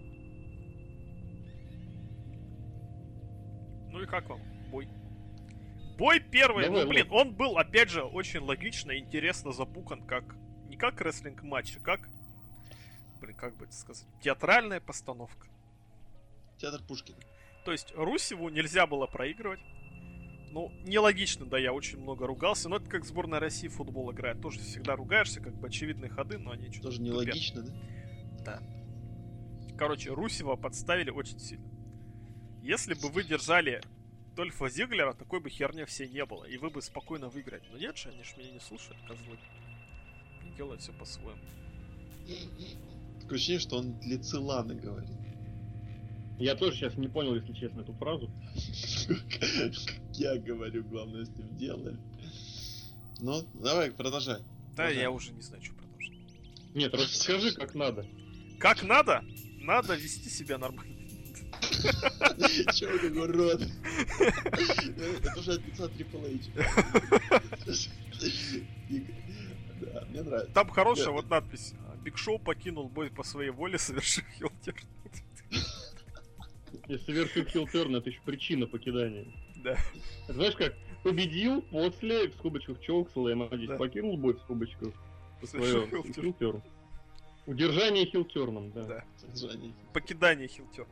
Ну и как вам бой? Бой первый, Давай, ну блин, он был, опять же, очень логично и интересно запукан, как... Не как рестлинг-матч, а как... Блин, как бы это сказать? Театральная постановка. Театр Пушкина. То есть Русеву нельзя было проигрывать. Ну, нелогично, да, я очень много ругался. Но это как сборная России в футбол играет. Тоже всегда ругаешься, как бы очевидные ходы, но они что-то Тоже тупят. нелогично, да? Да. Короче, Русева подставили очень сильно. Если бы вы держали Дольфа Зиглера, такой бы херни все не было. И вы бы спокойно выиграли. Но нет же, они ж меня не слушают, козлы. Они делают все по-своему. Такое ощущение, что он для Целаны говорит. Я тоже сейчас не понял, если честно, эту фразу. Как я говорю, главное, с ним делали. Ну, давай, продолжай. Да, Продолжай. я уже не знаю, что продолжить. Нет, расскажи, как надо. Как надо? Надо вести себя нормально. Чего как урод? Это уже от лица Triple H. Да, мне нравится. Там хорошая вот надпись. Биг Шоу покинул бой по своей воле, совершив хилтер. Если совершил хилтерн, это еще причина покидания. Да. Это знаешь как? Победил после, в скобочках, чоукслэма. Здесь Да. покинул бой, в скобочках. Совершил Свое хилтерн. хилтерн. Удержание хилтерном, да. Да. Содержание. Покидание хилтер.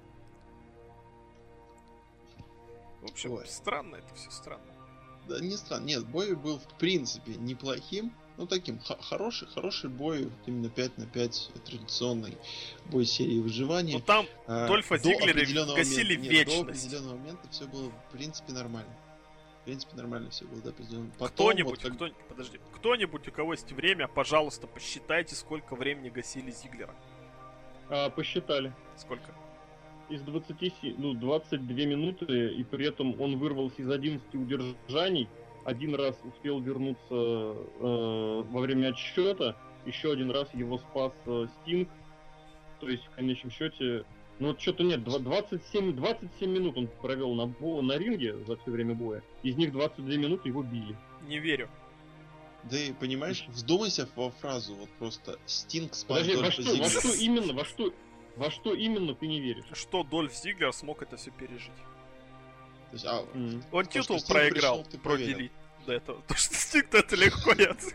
В общем, Ой. странно это все, странно. Да, не странно. Нет, бой был в принципе неплохим. Ну, таким хороший бой, вот именно 5 на 5 традиционный бой серии выживания. Но там Дольфа До Зиглера определенного гасили момента- нет, вечность. До определенного момента все было, в принципе, нормально. В принципе, нормально все было до определенного. Потом, Кто-нибудь, вот как- подожди, кто-нибудь, у кого есть время, пожалуйста, посчитайте, сколько времени гасили Зиглера. Посчитали. Сколько? Из 22 минуты, и при этом он вырвался из 11 удержаний. Один раз успел вернуться во время отсчета, еще один раз его спас Стинг. То есть, в конечном счете, ну вот что-то нет, 27 минут он провел на ринге за все время боя. Из них 22 минуты его били. Не верю. Да и понимаешь, вдумайся во фразу, вот просто Стинг спас Подожди, Дольфа Зиглера. во что именно ты не веришь? Что Дольф Зиглер смог это все пережить. То есть, Он То, титул что Стинг проиграл пришел, ты про поверил. Делит до этого. То, что Стинг это легко,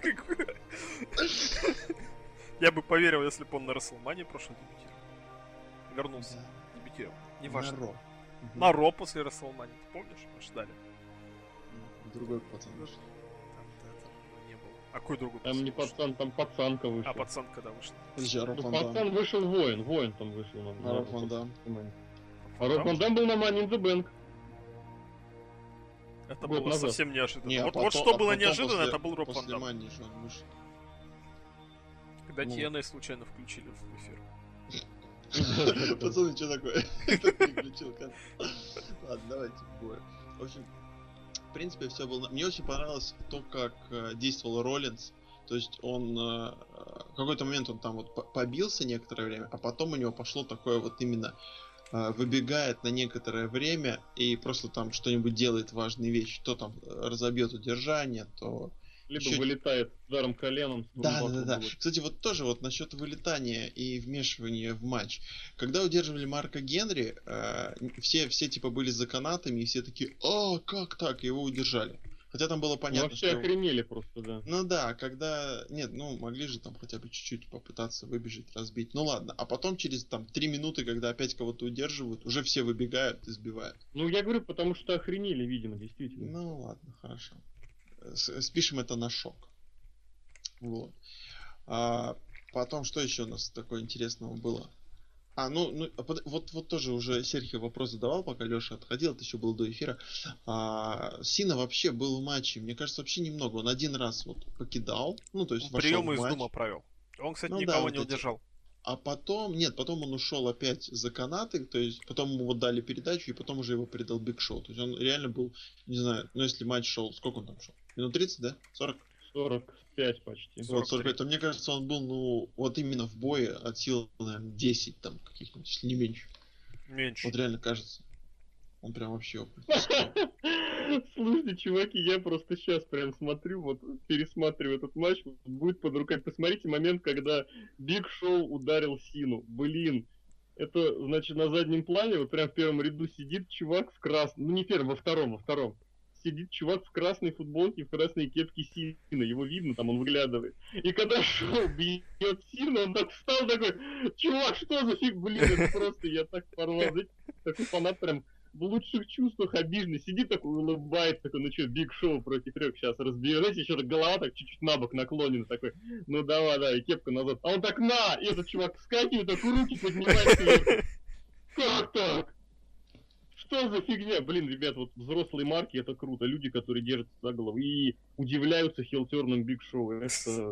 я бы поверил, если бы он на Расселмане прошлом дебютировал. Вернулся, Да. дебютировал. На Неважно. Ро. На Ро после Расселмани, ты помнишь? Мы ждали. Другой пацан. Там этого не было. А какой другой Там не пацан, там пацанка вышла. А пацан когда вышел? Подожди, а Роб Ну, Ван Дам? пацан вышел воин там вышел. А Роб Ван Дам? А Роб Ван Дам был на Money in the Bank. Это год было назад. совсем неожиданно. Не, а вот потом- что а было потом неожиданно, после- это был Роб Ван После Дам. Манни же он вышел. Когда ну. TNA случайно включили в эфир. Пацаны, что такое? Кто переключил канал? Ладно, давайте в бой. В общем, в принципе, все было... Мне очень понравилось то, как действовал Роллинс. То есть он... в какой-то момент он там вот побился некоторое время, а потом у него пошло такое вот именно... выбегает на некоторое время и просто там что-нибудь делает важные вещи. То там разобьет удержание, то... Либо Ещё- вылетает ударом коленом. Да. Кстати, вот тоже вот насчет вылетания и вмешивания в матч. Когда удерживали Марка Генри, все типа были за канатами, и все такие, как так? И его удержали. Хотя там было понятно, Вообще что... охренели просто, да. Ну да, когда... Нет, ну могли же там хотя бы чуть-чуть попытаться выбежать, разбить. Ну ладно, а потом через там 3 минуты, когда опять кого-то удерживают, уже все выбегают и сбивают. Ну, я говорю, потому что охренели, видимо, действительно. Ну ладно, хорошо. Спишем это на шок. Вот. А потом, что еще у нас такое интересного было? Вот тоже уже Серхио вопрос задавал, пока Леша отходил, это еще было до эфира. Сина вообще был в матче, мне кажется, вообще немного. Он один раз вот покидал, ну то есть вошел Приемы в из матч. Дума провел. Он, кстати, Ну да, никого вот не эти. удержал. А потом, потом он ушел опять за канаты, то есть потом ему вот дали передачу, и потом уже его передал Биг Шоу. То есть он реально был, не знаю, ну если матч шел, сколько он там шел? Минут 30, да? 40? 45 почти. Вот 45, то мне кажется, он был, ну, вот именно в бое от сил, наверное, 10 там каких-нибудь, если не меньше. Меньше. Вот реально кажется. Он прям вообще... Слушайте, чуваки, я просто сейчас прям смотрю, вот пересматриваю этот матч, вот будет под рукой. Посмотрите момент, когда Биг Шоу ударил Сину. Блин, это, значит, на заднем плане, вот прям в первом ряду сидит чувак в красном, ну не в первом, во втором. Сидит чувак в красной футболке, в красной кепке Сина, его видно, там он выглядывает. И когда Шоу бьет Сина, он так встал такой, чувак, что за фиг, блин, это просто, я так порвал, знаете, такой фанат прям в лучших чувствах обиженный, сидит такой, улыбается, такой, ну что, Биг Шоу против Рёк сейчас разбьет, знаете, еще так голова так чуть-чуть набок наклонена, такой, ну давай, и кепка назад, а он так, на, и этот чувак вскакивает, так руки поднимает вверх. Как так? Что за фигня? Блин, ребят, вот взрослые марки, это круто, люди, которые держатся за голову и удивляются хилтерным Биг Шоу, это...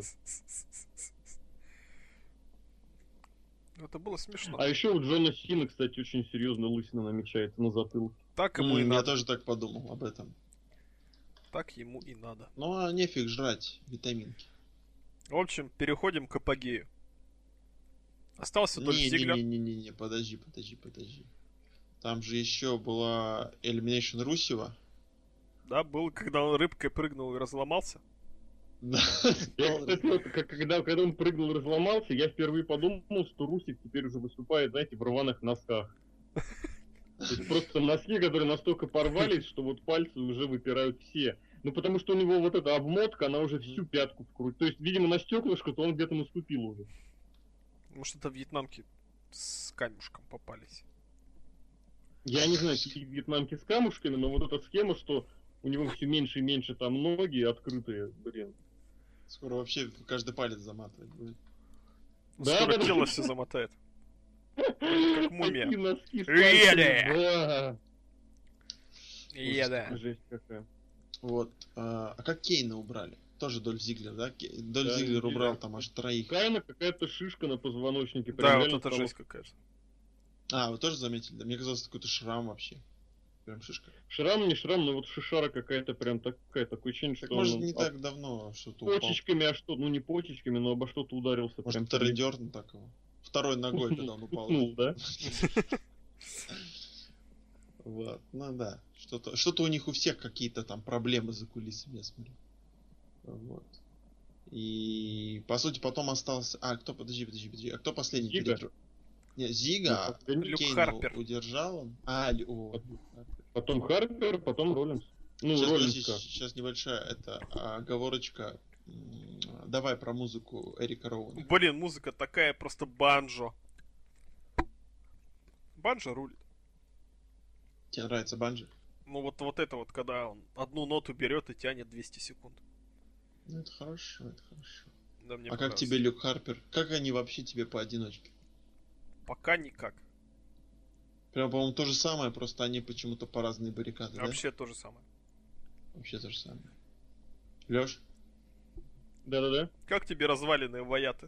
Это было смешно. А еще у Джона Сина, кстати, очень серьезно лысина намечается на затылке. Так ему и Я надо. тоже так подумал об этом. Так ему и надо. Ну а нефиг жрать витаминки. В общем, переходим к апогею. Остался Дольф Зиглер. Не, подожди. Там же еще была Elimination Русева. Да, был, когда он рыбкой прыгнул и разломался. Да. Я, кстати, вот, когда он прыгнул и разломался, я впервые подумал, что Русик теперь уже выступает, знаете, в рваных носках. То есть просто носки, которые настолько порвались, что вот пальцы уже выпирают все. Ну потому что у него вот эта обмотка, она уже всю пятку вкрутила. То есть, видимо, на стеклышко, то он где-то наступил уже. Может, это вьетнамки с камешком попались. Я не знаю, какие вьетнамки с камушками, но вот эта схема, что у него все меньше и меньше там ноги открытые, блин. Скоро вообще каждый палец заматывать будет. Да, Скоро да, тело да. все замотает. Как мумия. Такие носки с Еде! пальцами, да. Еда. Жесть какая. Вот. А как Кейна убрали? Тоже Дольф Зиглер, да? Дольф Да, Зиглер Зиглер. убрал там аж 3. Кайна какая-то шишка на позвоночнике. Да, прям вот реально это стало- жесть какая-то. А, вы тоже заметили? Да, мне казалось, какой-то шрам вообще. Прям шишка. Шрам, не шрам, но вот шишара какая-то прям такая, такое ощущение, Так что может он не об так давно что-то упал. почечками, а что, ну не почечками, но обо что-то ударился. Может, прям передернул так его. Второй ногой, когда он упал. Ну, да. Вот, ну да. Что-то у них у всех какие-то там проблемы за кулисами, я смотрю. Вот. И по сути потом остался. А, кто, подожди. А кто последний Зига? передер? Не, Зига, Ну, Люк Кейна Харпер. удержал он. Потом Харпер, потом Роллинс. Ну, Сейчас, Роллинс подожди, как. сейчас небольшая оговорочка. Давай про музыку Эрика Роуэна. Блин, музыка такая, просто банджо. Банджо рулит. Тебе нравится Банджи? Ну вот это вот, когда он одну ноту берет и тянет 200 секунд. Ну, это хорошо, это хорошо. Да, мне А как тебе Люк Харпер? Как они вообще тебе поодиночке? Пока никак. Прям, по-моему, то же самое, просто они почему-то по разные баррикады, да? Вообще то же самое. Вообще то же самое. Лёш? Да-да-да. Как тебе разваленные ваяты?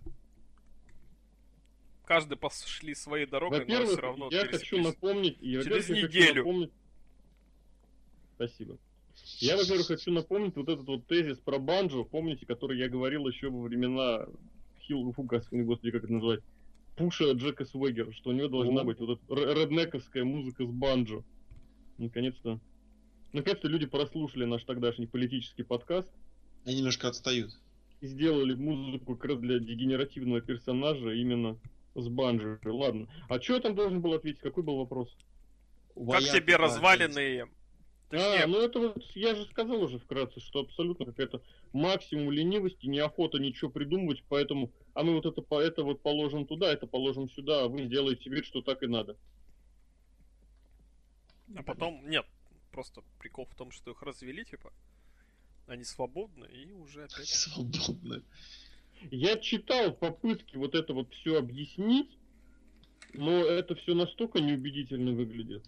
Каждый пошли своей дорогой, но Во-первых, все равно я хочу пересеклись. напомнить... Через неделю. Спасибо. Я, во-первых, хочу напомнить вот этот вот тезис про банджо, помните, который я говорил еще во времена господи, как это называть? Пуша Джека Свегера, что у него должна быть вот эта реднековская музыка с банджо. Наконец-то люди прослушали наш тогдашний политический подкаст. Они немножко отстают. И сделали музыку как раз для дегенеративного персонажа именно с банджо. Ладно. А что я там должен был ответить? Какой был вопрос? Как тебе разваленные... Точнее... ну это вот, я же сказал уже вкратце, что абсолютно какая-то максимум ленивости, неохота ничего придумывать, поэтому, а мы вот это вот положим туда, это положим сюда, а вы сделаете вид, что так и надо. А потом, нет, просто прикол в том, что их развели, типа, они свободны и уже опять... Свободны. Я читал попытки вот это вот все объяснить, но это все настолько неубедительно выглядит,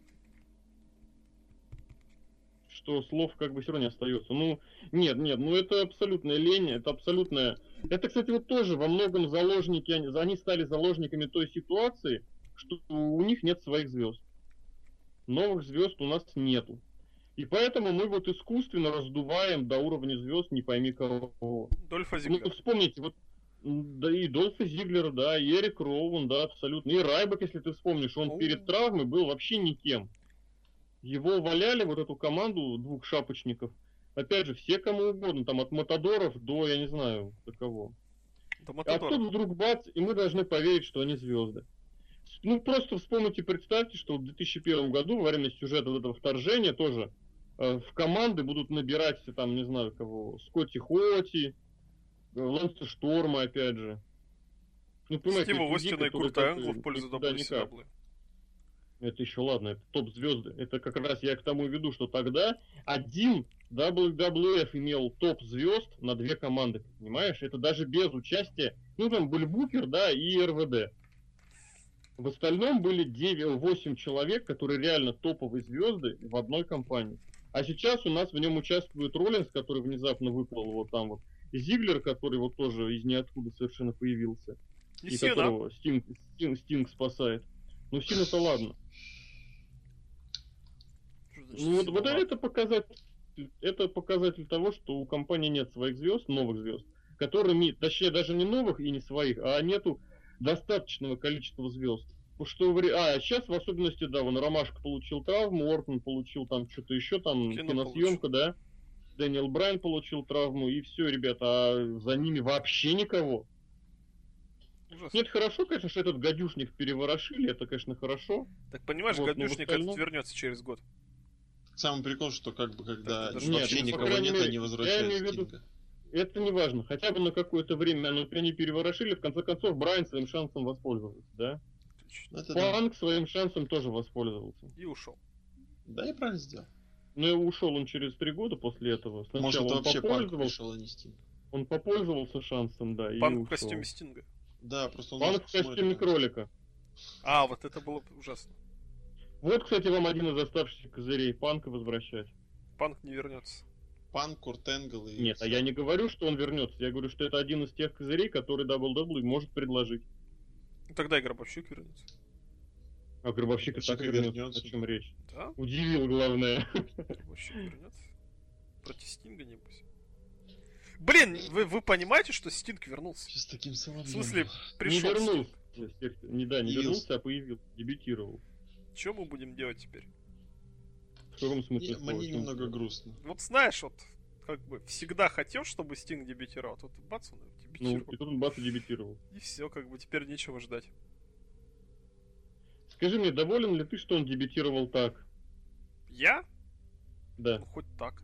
что слов как бы все равно не остается. Ну, нет, ну это абсолютная лень, это абсолютная... Это, кстати, вот тоже во многом заложники, они стали заложниками той ситуации, что у них нет своих звезд. Новых звезд у нас нету. И поэтому мы вот искусственно раздуваем до уровня звезд не пойми кого. Дольфа Зиглера. Ну, вспомните, вот, да и Дольфа Зиглера, да, и Эрик Роуэн, да, абсолютно. И Райбек, если ты вспомнишь, он перед травмой был вообще никем. Его валяли, вот эту команду двух шапочников. Опять же, все кому угодно, там от Матадоров до, я не знаю, до кого. А тут вдруг бац, и мы должны поверить, что они звезды. Ну, просто вспомните, представьте, что в 2001 году, во время сюжета вот этого вторжения, тоже в команды будут набирать, там, не знаю кого, Скотти Хоти, Лэнса Шторма, опять же. Ну, Стива Остина и Курта Энгла в пользу WCW. Это еще ладно, это топ-звезды. Это как раз я к тому веду, что тогда один WWF имел топ-звезд на две команды, понимаешь? Это даже без участия, ну там были Букер, да, и РВД. В остальном были 8 человек, которые реально топовые звезды в одной компании. А сейчас у нас в нем участвует Роллинс, который внезапно выплыл вот там вот. Зиглер, который вот тоже из ниоткуда совершенно появился. И которого Стинг спасает. Ну, Сина-то ладно. Ну, вот это показатель того, что у компании нет своих звезд, новых звезд, которыми, точнее, даже не новых и не своих, а нету достаточного количества звезд. Что сейчас в особенности, да, вон Ромашка получил травму, Ортон получил там что-то еще, там киносъемка, да, Дэниел Брайан получил травму, и все, ребята, а за ними вообще никого. Ужасно. Нет, хорошо, конечно, что этот гадюшник переворошили, это, конечно, хорошо. Так понимаешь, вот, гадюшник этот вернется через год. Самый прикол, что как бы когда вообще никого нет, они возвращают Стинга. Это не важно, хотя бы на какое-то время они переворошили, в конце концов Брайан своим шансом воспользовался, да? Панк своим шансом тоже воспользовался. И ушел. Да, и правильно сделал. Ну и ушел он через 3 года после этого. Сначала может, он вообще Панк пришел, а не Стинг. Он попользовался шансом, да, Панк в костюме Стинга. Да, просто он... Панк в костюме кролика. А, вот это было ужасно. Вот, кстати, вам один из оставшихся козырей Панка возвращать. Панк не вернется. Панк, Курт Энгл и... Нет, а я не говорю, что он вернется. Я говорю, что это один из тех козырей, который WWE может предложить. Тогда и Гробовщик вернется. А Гробовщик и так вернется. О чем речь? Да? Удивил, главное. Гробовщик вернется. Против Стинга, небось. Блин, вы понимаете, что Стинг вернулся? С таким соловьем. В смысле, пришел. Не вернулся. Не вернулся, а появился, дебютировал. Что мы будем делать теперь? В каком смысле? Мне немного грустно. Вот знаешь, вот как бы всегда хотел, чтобы Стинг дебютировал, тут бац, он дебютировал. Ну, и тут он бац и дебютировал. И все, как бы теперь нечего ждать. Скажи мне, доволен ли ты, что он дебютировал так? Я? Да. Ну, хоть так.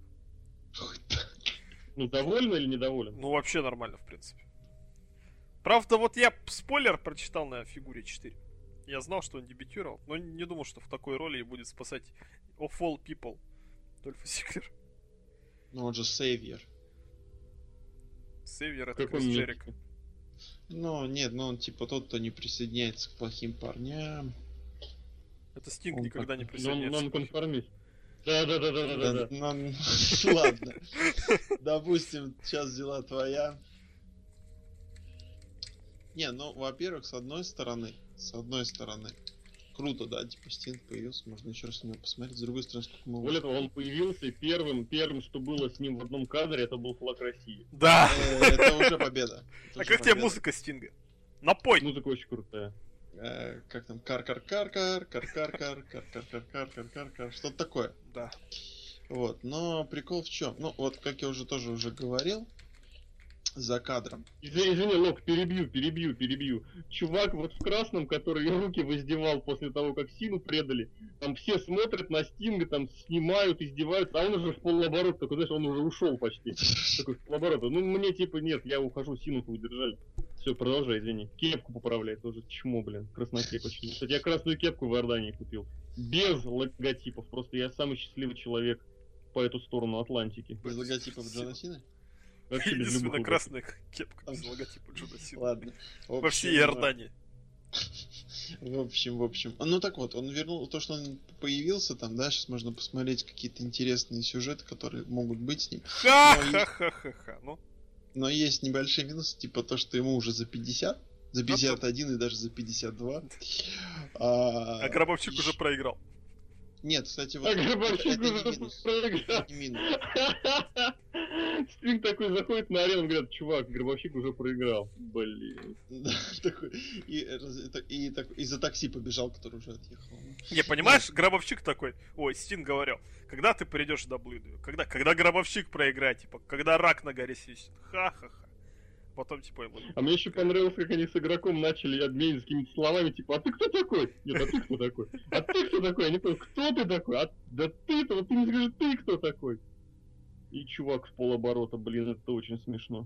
Ну, доволен или недоволен? Ну, вообще нормально, в принципе. Правда, вот я спойлер прочитал на фигуре 4. Я знал, что он дебютировал, но не думал, что в такой роли и будет спасать of all people Дольфа Зиглера. Ну, он же сейвер. Сейвер В это каком Крис месте? Джерико. Ну, нет, ну он типа тот, кто не присоединяется к плохим парням. Это Стинг Он никогда не такой. присоединяется. к плохим. Нон-конформист. Да. Да, ну, ладно. Допустим, сейчас дела твоя. Не, ну, во-первых, с одной стороны, круто, да, типа Стинг появился, можно еще раз на него посмотреть. С другой стороны, сколько мы Более того, он появился и первым, что было с ним в одном кадре, это был флаг России. Да! Это уже победа. А как тебе музыка Стинга? Напой! Музыка очень крутая. Как там, кар-кар-кар-кар, что-то такое. Да. Вот, но прикол в чем? Ну, вот, как я уже говорил, за кадром. Извини, Лок, перебью. Чувак вот в красном, который руки воздевал после того, как Сину предали, там все смотрят на Стинга, там снимают, издеваются, а он уже в полоборота, такой, знаешь, он уже ушел почти. Такой в полоборота. Ну, мне типа нет, я ухожу, Сину-то удержали. Все, продолжай, извини. Кепку поправляй, тоже чмо, блин, краснокепочный. Кстати, я красную кепку в Иордании купил. Без логотипов, просто я самый счастливый человек по эту сторону Атлантики. Без логотипа Джона Сины? Вообще без любых Единственная логотипов. красная кепка без логотипа Джона Сина. Ладно. В Во всей общем, Иордании. В общем. Ну так вот, он вернул то, что он появился там, да, сейчас можно посмотреть какие-то интересные сюжеты, которые могут быть с ним. Ха-ха-ха-ха-ха. Ну, Но есть небольшие минусы, типа то, что ему уже за 50, за 51 и даже за 52. а Гробовщик уже проиграл. Нет, кстати, вот А это Гробовщик не уже минус. проиграл. Это не минус. Стинг такой заходит на арену, говорят, чувак, Гробовщик уже проиграл. Блин. Да, такой, и за такси побежал, который уже отъехал. Не, понимаешь, Гробовщик такой, ой, Стинг говорил, когда ты придешь в WWE? Когда Гробовщик проиграет, типа, когда рак на горе свистит. Ха-ха-ха. Потом, типа, ему... А мне еще понравилось, как они с игроком начали обмениваться какими-то словами, типа, а ты кто такой? Нет, а ты кто такой? А ты кто такой? Я не понял, кто ты такой? Да ты-то, вот ты не скажи, ты кто такой? И чувак в полоборота, блин, это очень смешно.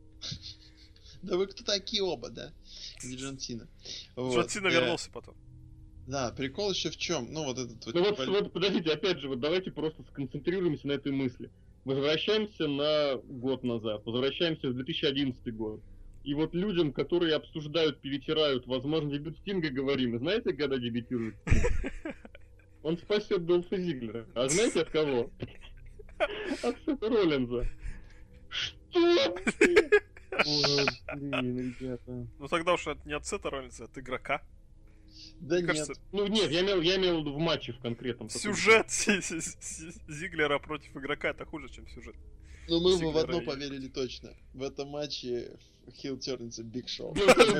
Да вы кто такие оба, да? Не Джон Сина. Джон Сина вернулся потом. Да, прикол еще в чем? Ну вот этот вот... Ну вот, подождите, опять же, вот давайте просто сконцентрируемся на этой мысли. Возвращаемся на год назад, возвращаемся в 2011 год. И вот людям, которые обсуждают, перетирают, возможно, дебют Стинга, говорим, знаете, когда дебютирует Стинг? Он спасет Долфа Зиглера. А знаете от кого? От Сета Роллинза. Что? Ой, блин, ребята. Ну тогда уж это не от Сета Роллинза, от игрока. Да Мне нет. кажется, Ну нет, я имел в виду в матче в конкретном. сюжет Зиглера против игрока это хуже, чем сюжет. Ну мы бы в Зиглера одно и- поверили точно. В этом матче Хилл тернется Биг Шоу.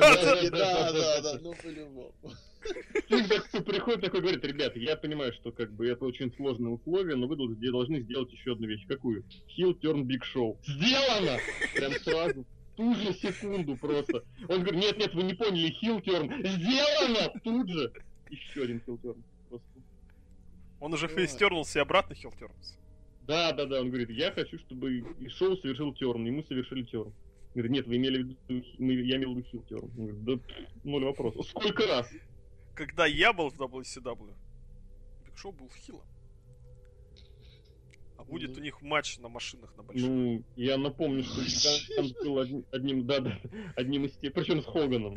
Да, Да, ну по-любому. Стинг так приходит такой, говорит, ребята, я понимаю, что как бы это очень сложные условия, но вы должны сделать еще одну вещь. Какую? Heel turn big show. Сделано! Прям сразу. В ту же секунду просто. Он говорит, нет, вы не поняли, heel turn. Сделано! Тут же. Еще один heel turn. Просто. Он уже Да. фейстернулся и обратно хилтернулся. Да. Он говорит, я хочу, чтобы и шоу совершил терн, и мы совершили терн. Говорит, нет, вы имели в виду, я имел в виду heel turn. Он говорит, да, ноль вопросов. Сколько раз? Когда я был в WCW, Биг Шоу был хилом. А будет Ну. у них матч на машинах на больших. Ну, я напомню, что Гигант был одним из тех, причем с Хоганом.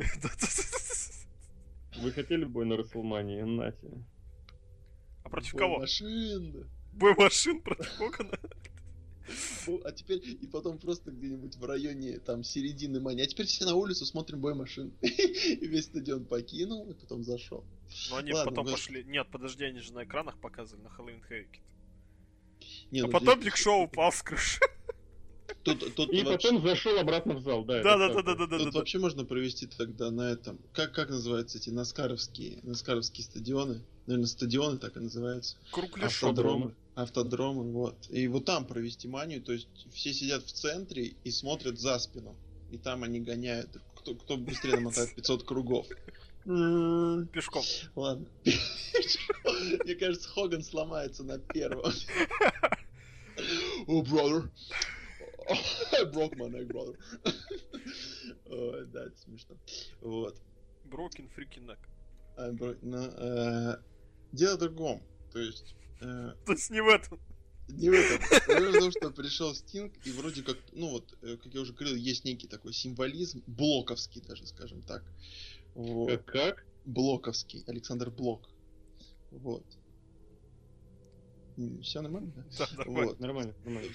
Вы хотели бой на Расселмании? Нате. А против Бой кого? машин, да. Бой машин против Хогана? А теперь и потом просто где-нибудь в районе там середины мани. А теперь все на улицу смотрим бой машин. И весь стадион покинул, и потом зашел. Но они Ладно, потом вы- пошли... Нет, подожди, они же на экранах показывали на Хэллоуин Хэвикет. Не, А ну потом здесь- Биг Шоу упал с крыши. Тут И вообще- потом зашел обратно в зал, да. это так. Тут Да-да-да-да-да. вообще можно провести тогда на этом. Как называются эти наскаровские стадионы? Наверное, стадионы так и называются. Кругляшок. Автодромы, вот. И вот там провести манию, то есть все сидят в центре и смотрят за спину. И там они гоняют. Кто быстрее намотает 500 кругов. Пешком. Ладно. Мне кажется, Хоган сломается на первом. О, brother. I broke my neck, brother. Ой, да, это смешно. Вот. Broken freaking neck. Дело в другом. То есть... То есть не в этом. Не в этом. Дело в том, что пришел Стинг, и вроде как, ну вот, как я уже говорил, есть некий такой символизм, блоковский даже, скажем так. Вот. Как? Блоковский, Александр Блок. Вот. Все нормально, да? Да, нормально. Вот. Нормально.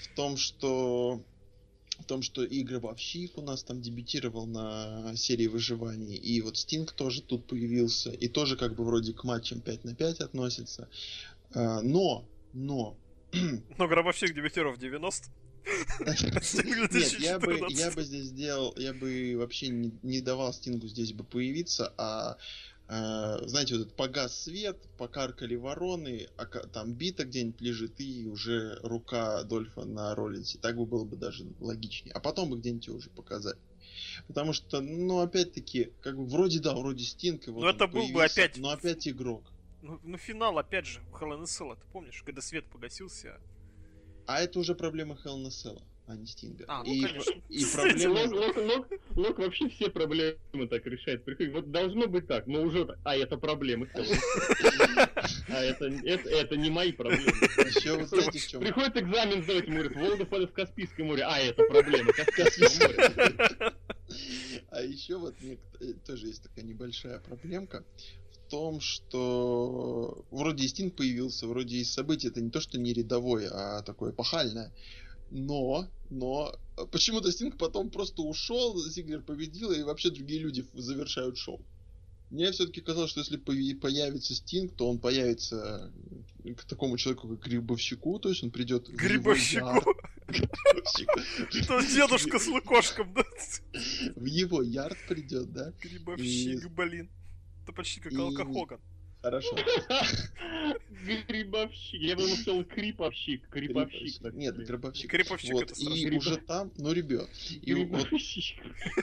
В том, что Игорь Вовщик у нас там дебютировал на серии выживания, и вот Стинг тоже тут появился, и тоже как бы вроде к матчам 5 на 5 относится. Но... Но Гробовщик дебютировал в 90. Нет, я бы здесь сделал, я бы вообще не давал Стингу здесь бы появиться, знаете, вот этот погас свет, покаркали вороны, там бита где-нибудь лежит, и уже рука Дольфа на роллинсе. Так бы было бы даже логичнее. А потом бы где-нибудь его уже показать. Потому что, ну, опять-таки, как бы вроде Стинг, но это был бы опять... но опять игрок. Ну, финал, опять же, Hell in a Cell, ты помнишь, когда свет погасился? А это уже проблема Hell in a Cell, а не Стинга. Конечно. И проблема... Лок вообще все проблемы так решает. Вот должно быть так, но уже... это проблемы. А это не мои проблемы. Еще вот знаете, в чем... Приходит экзамен сдавать, ему говорит, Волга впадет в Каспийское море. Это проблема, Каспийское море. А еще вот тоже есть такая небольшая проблемка в том, что вроде и Стинг появился, вроде и событие это не то, что не рядовое, а такое эпохальное. Но почему-то Стинг потом просто ушел, Зиглер победил, и вообще другие люди завершают шоу. Мне все-таки казалось, что если появится Стинг, то он появится к такому человеку, как Грибовщику, то есть он придет в Грибовщику? Что дедушка с лукошком, да? В его ярд придет, да? Грибовщик, блин. Это почти как Алка Хоган. Хорошо. Грибовщик. Я бы сказал криповщик. Криповщик. Нет, грибовщик. Криповщик вот. Это страшно. И уже там, ну, ребят. Грибовщик.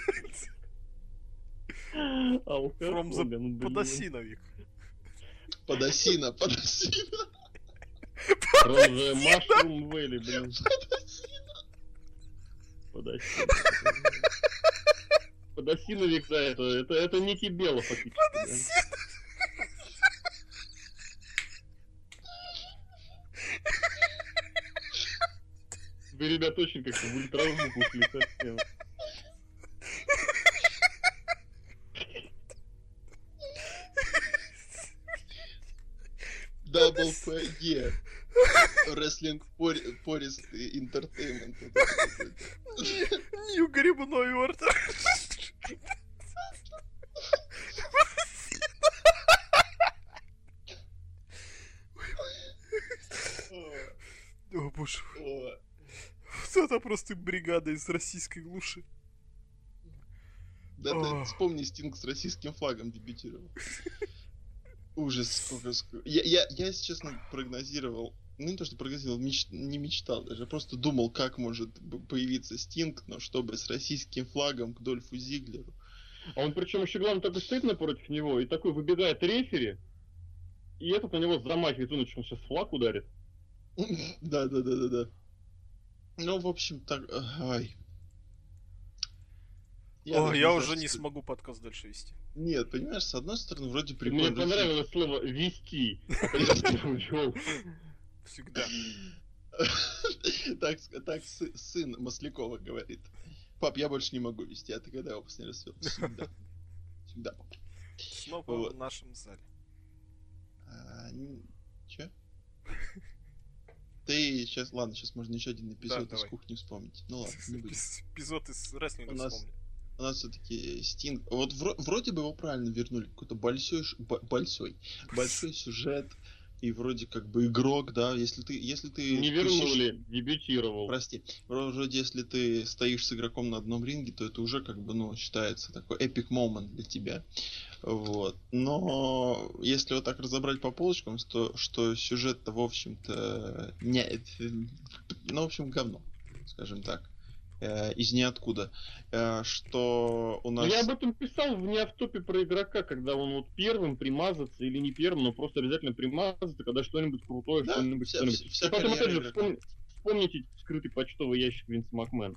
From the Подосиновик. Подосина. From the Mushroom Valley, блин. Подосина. Подосиновик, да, это Ники Белла фактически. Вы, ребят, очень как-то в ультразвук ушли совсем. Double PG. Wrestling Forest Entertainment. Нью грибной ордер. О боже. Вот это просто бригада из российской глуши. Да ты вспомни, Стинг с российским флагом дебютировал. Ужас, сколько... Я, если честно, прогнозировал... Ну, не то, что прогнозировал, не мечтал даже. Просто думал, как может появиться Стинг, но чтобы с российским флагом к Дольфу Зиглеру. А он причем еще, главное, такой стоит напротив него, и такой выбегает рефери, и этот на него замахивает, он сейчас флаг ударит. Да. Ну, в общем, так... Ай. Я уже не смогу подкаст дальше вести. Нет, понимаешь, с одной стороны, вроде прикольно. Мне понравилось слово «вести». Всегда. Так сын Маслякова говорит. Пап, я больше не могу вести, а ты когда его последний раз вел? Всегда. Снова в нашем зале. Че? Ты сейчас, ладно, сейчас можно еще один эпизод из кухни вспомнить. Ну ладно, не будем. Эпизод из рестлинга вспомнили. У нас все-таки Стинг. Вот вроде бы его правильно вернули. Какой-то большой сюжет. И вроде как бы игрок, да, если ты... Не вернули, дебютировал. Прости. Вроде если ты стоишь с игроком на одном ринге, то это уже как бы, ну, считается такой epic moment для тебя. Вот. Но если вот так разобрать по полочкам, то что сюжет-то, в общем-то, ну, в общем, говно, скажем так. Из ниоткуда. Что у нас... Я об этом писал в неавтопе про игрока, когда он вот первым примазаться, или не первым, но просто обязательно примазаться, когда что-нибудь крутое, да, что-нибудь. И потом, опять же, вспомните скрытый почтовый ящик Винса Макмена.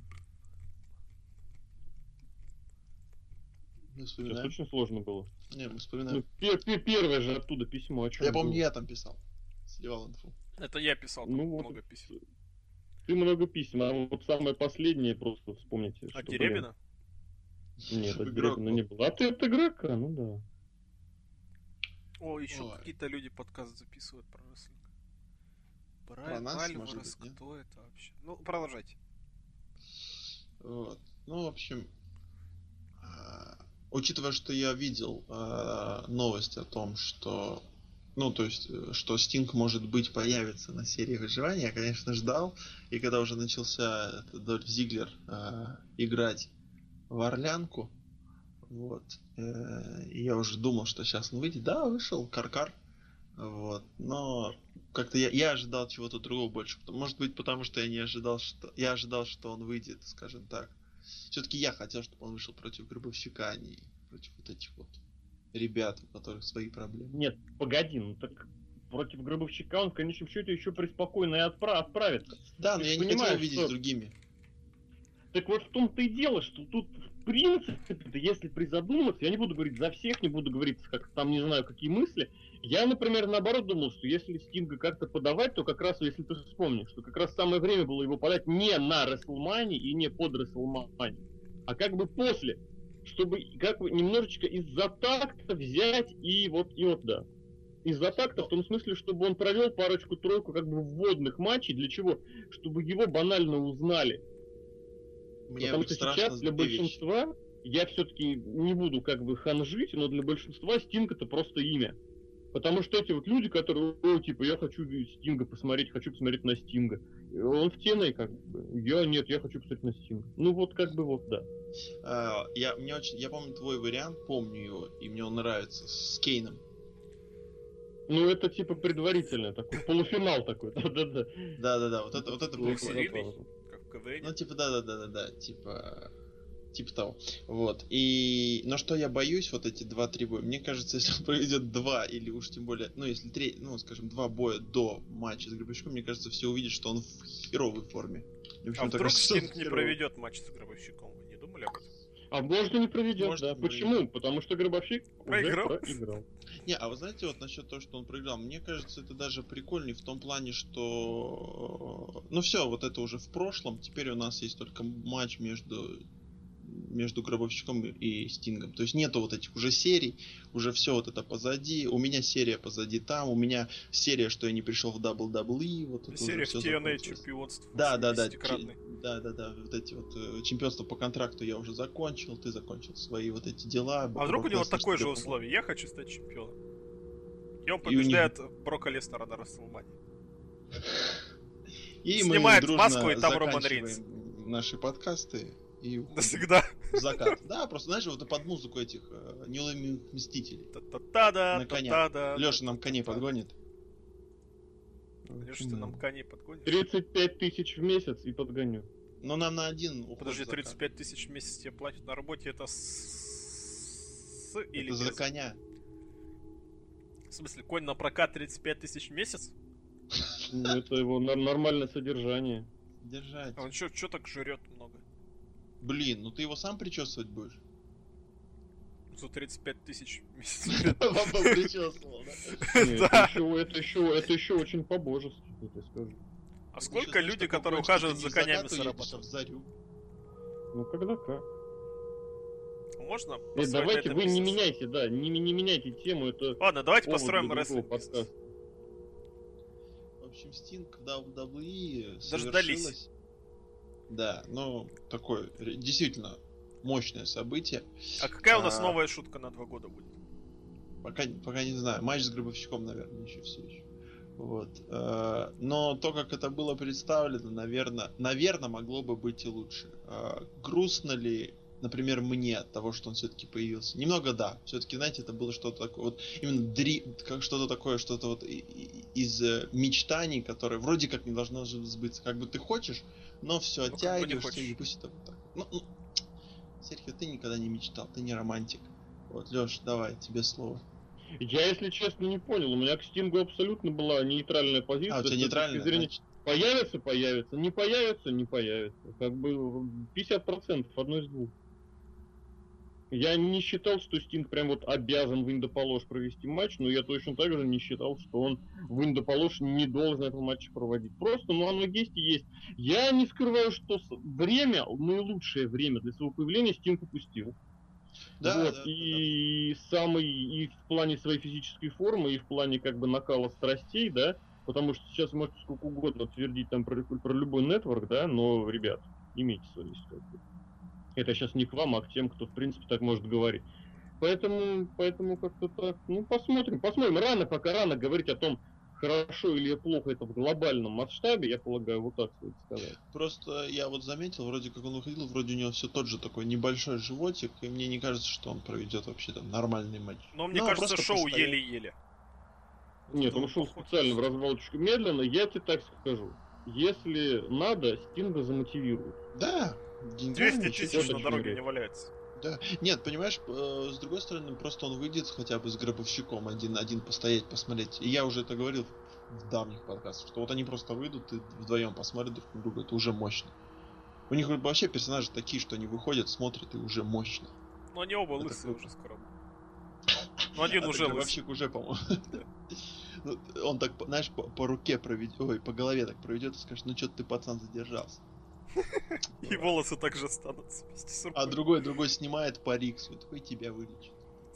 Сейчас очень сложно было. Не, мы вспоминаем. Ну, первое же оттуда письмо, о чем я помню, я там писал. Сливал инфу. Это я писал Ну вот, много писем. ты много писем, а вот самое последнее просто вспомните. От что, Дерябина? Нет, от Игрок Дерябина был. не было. А ты от игрока, ну да. О, еще Ой. какие-то люди подкаст записывают про рестлинг. Про нас, Альварес, может быть, нет? кто это вообще? Ну, продолжайте. Вот. Ну, в общем, учитывая, что я видел новость о том, что, ну, то есть, что Стинг, может быть, появится на серии выживания, я, конечно, ждал. И когда уже начался Дольф Зиглер играть в Орлянку, вот, я уже думал, что сейчас он выйдет. Да, вышел, Каркар. Вот. Но как-то я ожидал чего-то другого больше. Может быть, потому что я не ожидал, что. Я ожидал, что он выйдет, скажем так. Все-таки я хотел, чтобы он вышел против Гробовщика, а не против вот этих вот ребят, у которых свои проблемы. Нет, погоди, ну так против Гробовщика он в конечном счете еще преспокойно и отправится. Да, Ты но ж я не хотел понимаешь, увидеть что- с другими. Так вот в том-то и дело, что тут в принципе, если призадуматься, я не буду говорить за всех, не буду говорить как там не знаю какие мысли. Я, например, наоборот думал, что если Стинга как-то подавать, то как раз, если ты вспомнишь, что как раз самое время было его подать не на Рестлмании и не под Рестлмании, а как бы после, чтобы как бы немножечко из-за такта взять и вот да. Из-за такта в том смысле, чтобы он провел парочку-тройку как бы вводных матчей. Для чего? Чтобы его банально узнали. Мне Потому вот что страшно сейчас за для две вещи. большинства, я все-таки не буду как бы ханжить, но для большинства Стинг это просто имя. Потому что эти вот люди, которые, типа, я хочу Стинга посмотреть, хочу посмотреть на Стинга. Он в TNA как бы. Я хочу посмотреть на Стинга. Ну вот как бы вот, да. Я помню твой вариант, помню его, и мне он нравится, с Кейном. Ну это типа предварительно такой, полуфинал такой, да-да-да. Да, вот это Вот прикольно. Серийный? Как в КВН? Ну, типа, да, типа того. Вот. Но что я боюсь, вот эти 2-3 боя, мне кажется, если он проведет 2, или уж тем более, ну, если 3, ну, скажем, 2 боя до матча с Гробовщиком, мне кажется, все увидят, что он в херовой форме. И, в А общем-то, вдруг кажется, что он Стинг не херовый. проведет матч с Гробовщиком? Вы не думали об этом? А можно не проведет, Может, да. не Почему? проведет. Потому что Гробовщик Проиграл. уже проиграл. Не, а вы знаете, вот насчет того, что он проиграл, мне кажется, это даже прикольнее в том плане, что... Ну все, вот это уже в прошлом, теперь у нас есть только матч между Гробовщиком и Стингом. То есть нету вот этих уже серий, уже все вот это позади. У меня серия позади там, у меня серия, что я не пришел в WWE. Вот это Серия уже в всё TNA закончилось. чемпионств. Да, 80-кратный. вот эти вот чемпионства по контракту я уже закончил, ты закончил свои вот эти дела. А вдруг у него Леснер такое же тебе условие? Я хочу стать чемпионом. И он И у побеждает Брока Леснера на Расселмане. И Снимает мы дружно маску, и там Роман заканчиваем наши подкасты и Навсегда. в закат. Да, просто, знаешь, вот под музыку этих неуловимых мстителей. Та-та-та-да, На коня. та-та-да. Леша нам коней подгонит. Леша, ты нам коней подгонишь? 35 тысяч в месяц и подгоню. Но нам на один уход Подожди, в закат. 35 тысяч в месяц тебе платят на работе, это с или Это за без? коня. В смысле, конь на прокат 35 тысяч в месяц? Ну, это его нормальное содержание. Держать. А он чё так жрет много? Блин, ну ты его сам причесывать будешь? За 35 тысяч в месяц. Папа причесывал, да? Не, Да. это еще очень по-божески, я тебе скажу. А сколько Причесываешь люди, такой которые кончик, ты ухаживают не за в конями, закат уедешь, а зарабатывают? в зарю. Ну когда как. Можно построить на Давайте этом вы не бизнес? меняйте, да, не меняйте тему, это Ладно, давайте повод построим для другого рестлинг подкаста. бизнес. В общем, Стинг в WWE Дождались. совершилось. Да, ну, такое действительно мощное событие. А какая у нас А. новая шутка на 2 года будет? Пока не знаю. Матч с Гробовщиком, наверное, еще все еще. Вот. Но то, как это было представлено, наверное, могло бы быть и лучше. Грустно ли, например, мне от того, что он все-таки появился? Немного да. Все-таки, знаете, это было что-то такое, вот именно как что-то такое, что-то вот из мечтаний, которые вроде как не должно сбыться. Как бы ты хочешь, но все как бы не оттягиваешь, хочешь. и пусть это вот так. Ну, Серхио, ты никогда не мечтал, ты не романтик. Вот, Леш, давай, тебе слово. Я, если честно, не понял. У меня к Стингу абсолютно была нейтральная позиция. А, у тебя с точки нейтральная, зрения, значит. появится, появится, не появится, не появится. Как бы 50% одно из двух. Я не считал, что Стинг прям вот обязан в Индополож провести матч, но я точно так же не считал, что он в Индополож не должен этот матч проводить. Просто, ну, оно есть и есть. Я не скрываю, что время, наилучшее время для своего появления Стинг упустил. Да, Вот, да, и самый, и в плане своей физической формы, и в плане как бы накала страстей, да, потому что сейчас можете сколько угодно твердить там про любой нетворк, да, но, ребят, имейте совесть как бы. Это сейчас не к вам, а к тем, кто, в принципе, так может говорить. Поэтому как-то так, ну, посмотрим. Рано, пока рано говорить о том, хорошо или плохо это в глобальном масштабе, я полагаю, вот так стоит сказать. Просто я вот заметил, вроде как он выходил, вроде у него все тот же такой небольшой животик, и мне не кажется, что он проведет вообще там нормальный матч. Но мне кажется, шоу еле-еле. Нет, он шел специально в развалочку медленно, я тебе так скажу. Если надо, Стинга замотивируют. Да, 200 тысяч на дороге не валяется. Да. Нет, понимаешь, с другой стороны, просто он выйдет хотя бы с гробовщиком один постоять, посмотреть. И я уже это говорил в давних подкастах, что вот они просто выйдут и вдвоем посмотрят друг на друга, это уже мощно. У них вообще персонажи такие, что они выходят, смотрят и уже мощно. Ну они оба это лысые уже скоро. Ну один уже лысый. Гробовщик уже, по-моему. Он так, знаешь, по руке проведет, ой, по голове так проведет и скажет, ну что-то ты, пацан, задержался. И волосы также останутся вместе с рукой. А другой снимает парик, свой такой тебя вылечит.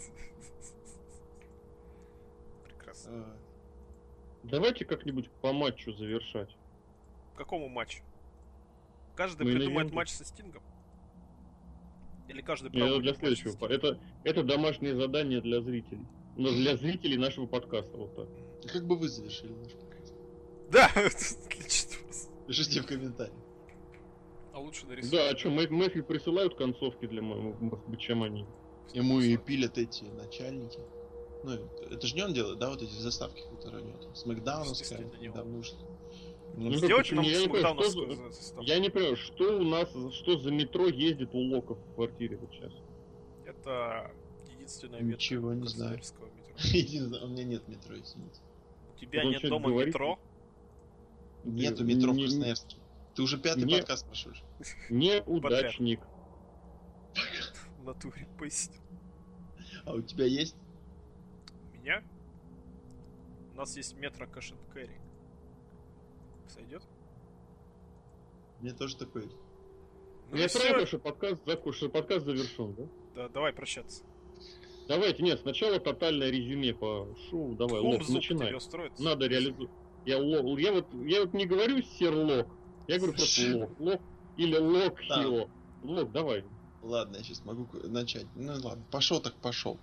Прекрасно. Давайте как-нибудь по матчу завершать. Какому матчу? Каждый придумает матч со Стингом? Или каждый проводит для следующего. Это домашнее задание для зрителей. Но для зрителей нашего подкаста. Вот так. Как бы вы завершили наш подкаст? Да, отлично. Пишите в комментариях. А лучше нарисуем. Да, а что, Мэфи присылают концовки для моего, чем они? Ему и пилят эти начальники. Ну, это же не он делает, да, вот эти заставки, которые у него там, смэкдауновская, недавно ушли. Сделайте нам смэкдауновскую заставку. Я не понимаю, что у нас, что за метро ездит у Лока в квартире вот сейчас? Это единственное метро. Ничего не знаю. Единственное, у меня нет метро, извините. У тебя нет дома метро? Нету метро в Красноярске. Ты уже пятый подкаст спрашиваешь. Неудачник. В натуре пояснил. А у тебя есть? У меня? У нас есть метро Cash and Carry. Сойдет? Мне тоже такой. Ну я правильно, что подкаст завершен, да? Да, давай прощаться. Давайте, нет, сначала тотальное резюме по шоу. Давай, Лок, начинай. Надо реализовать. Я вот не говорю сер Лок. Я говорю просто Лок или Лок Хило. Лок, давай. Ладно, я сейчас могу начать. Ну ладно, пошел так пошел.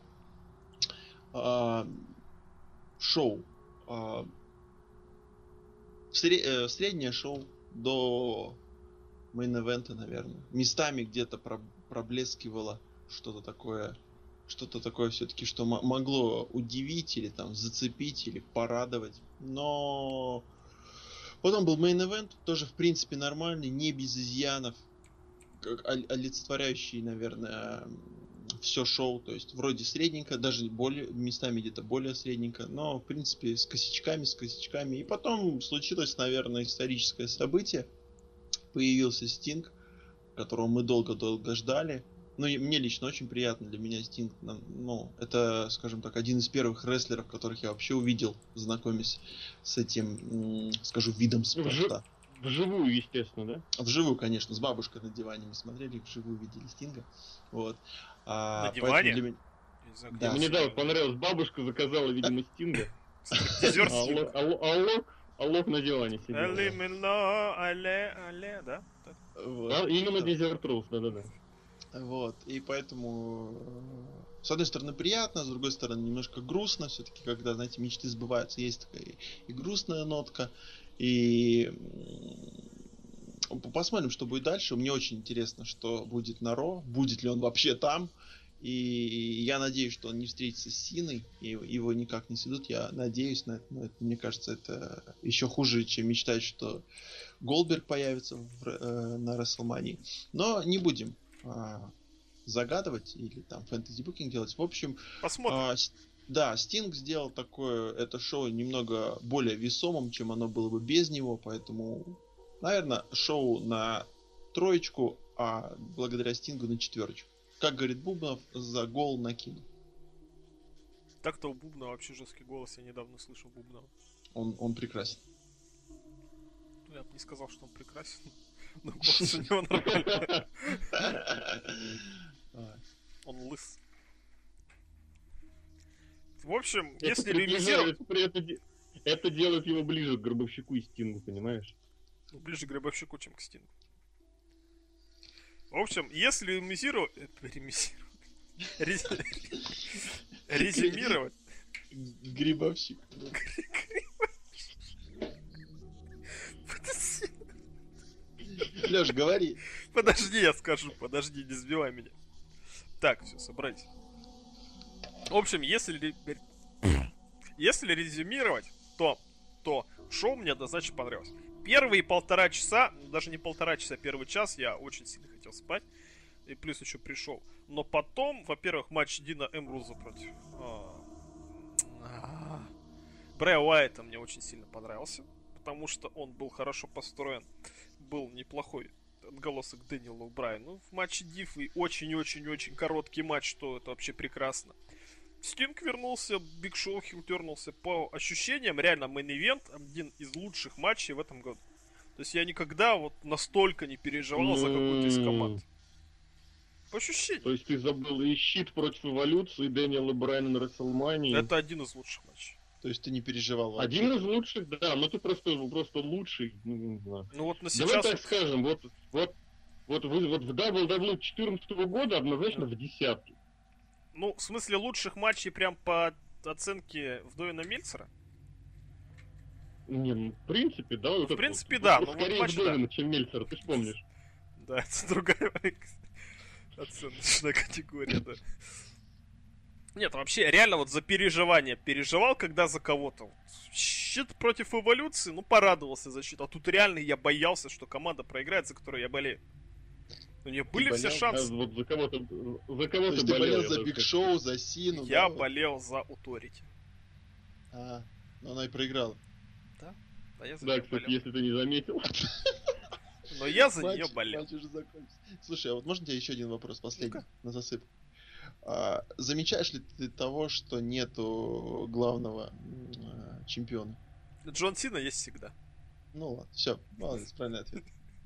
Шоу. Среднее шоу до мейн-эвента, наверное. Местами где-то проблескивало что-то такое все-таки, что могло удивить или там зацепить или порадовать. Но потом был мейн-эвент, тоже в принципе нормальный, не без изъянов, олицетворяющий, наверное, все шоу, то есть вроде средненько, даже местами где-то более средненько, но в принципе с косячками. И потом случилось, наверное, историческое событие. Появился Стинг, которого мы долго-долго ждали. Ну, и мне лично очень приятно, для меня Стинг, ну, это, скажем так, один из первых рестлеров, которых я вообще увидел, знакомясь с этим, скажу, видом спорта. Вживую, естественно, да? Вживую, конечно, с бабушкой на диване мы смотрели, вживую видели Стинга. Вот. На диване? Меня... Да, мне да, понравилось, бабушка заказала, видимо, Стинга. А Лок на диване сидел. Да? Именно Дезерт Рулс, да-да-да. Вот, и поэтому с одной стороны приятно, с другой стороны немножко грустно, все-таки, когда, знаете, мечты сбываются, есть такая и грустная нотка, и посмотрим, что будет дальше. Мне очень интересно, что будет на Ро, будет ли он вообще там, и я надеюсь, что он не встретится с Синой, и его никак не сведут, я надеюсь на это, но это, мне кажется, это еще хуже, чем мечтать, что Голдберг появится на WrestleMania, но не будем загадывать или там фэнтези-букинг делать. В общем, посмотрим. Да, Стинг сделал такое это шоу немного более весомым, чем оно было бы без него, поэтому, наверное, шоу на 3, а благодаря Стингу на 4. как говорит Бубнов, за гол накинул. Так-то у Бубна вообще жесткий голос, я недавно слышал Бубнова. Он прекрасен. Я бы не сказал, что он прекрасен, но голос у него нормальный. Он лыс. В общем, если ремизировать... Это делает его ближе к Гробовщику и Стингу, понимаешь? Ближе к Гробовщику, чем к Стингу. В общем, если резюмировать... Грибовщик. Лёш, говори. Подожди, я скажу, подожди, не сбивай меня. Так, все, собрались. В общем, если резюмировать, то шоу мне однозначно понравилось. Первые 1,5 часа, даже не 1,5 часа, первый час я очень сильно хотел спать. И плюс еще пришел. Но потом, во-первых, матч Дина Эмбруза против Брэя Уайта мне очень сильно понравился. Потому что он был хорошо построен. Был неплохой отголосок Дэниелу Брайану в матче Диф. И очень-очень-очень короткий матч, что это вообще прекрасно. Стинг вернулся, Биг Шоу хилтернулся. По ощущениям, реально мейн-ивент один из лучших матчей в этом году. То есть я никогда вот настолько не переживал за какую-то из команд. По ощущениям. То есть ты забыл и щит против эволюции, Дэниела Брайана на Расселмании. Это один из лучших матчей. То есть ты не переживал вообще? Один из лучших, да, но ты просто лучший. Не знаю. Ну вот на сейчас... Давай так скажем, вот в WWE 2014 года однозначно в десятке. Ну, в смысле лучших матчей прям по оценке Вдовина Мельцера? Не, ну, в принципе, да. В принципе, да, но скорее вот матч, Вдовина, чем Мельцера, ты ж помнишь. Да, это другая оценочная категория, да. Нет, вообще, реально вот за переживание переживал, когда за кого-то. Щит против эволюции, ну, порадовался за щит. А тут реально я боялся, что команда проиграет, за которую я болею. У нее были все шансы. Вот за кого-то То есть ты болел за Биг Шоу, за Сину? Я болел за Authority. Но она и проиграла. Да, я за Да, нее кстати, болел. если ты не заметил. Но я за нее болел. Матч уже закончился. Слушай, а вот можно тебе еще один вопрос, последний, на засыпку? Замечаешь ли ты того, что нету главного чемпиона? Джон Сина есть всегда. Ну ладно, все, молодец, правильный ответ.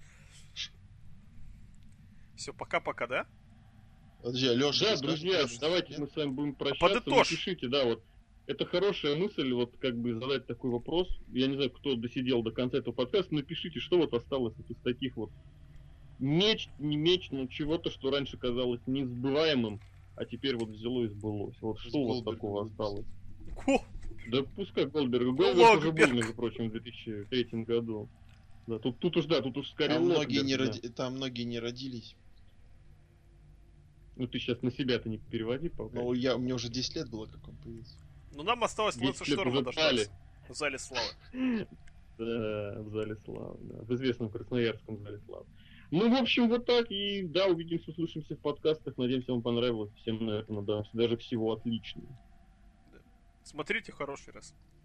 Все, пока-пока, да? Подожди, Лёша, Да, друзья, давайте мы с вами будем прощаться. Подытожь. Напишите, да, вот. Это хорошая мысль, вот как бы задать такой вопрос. Я не знаю, кто досидел до конца этого подкаста, напишите, что вот осталось из таких вот меч, не меч, но чего-то, что раньше казалось несбываемым, а теперь вот взяло и сбылось. Вот что у вас такого осталось? Да пускай Голдберг уже был, между прочим, в 2003 году. Да, тут уж скорее там многие не родились. Ну ты сейчас на себя-то не переводи, пока. Ну, мне уже 10 лет было, как он появился. Ну нам осталось Лэнса Шторма дождаться. В зале славы. Да, в зале славы, да. В известном красноярском зале славы. Ну, в общем, вот так. И да, увидимся, услышимся в подкастах. Надеемся, вам понравилось. Всем, наверное, да, даже всего отличного. Смотрите хороший раз.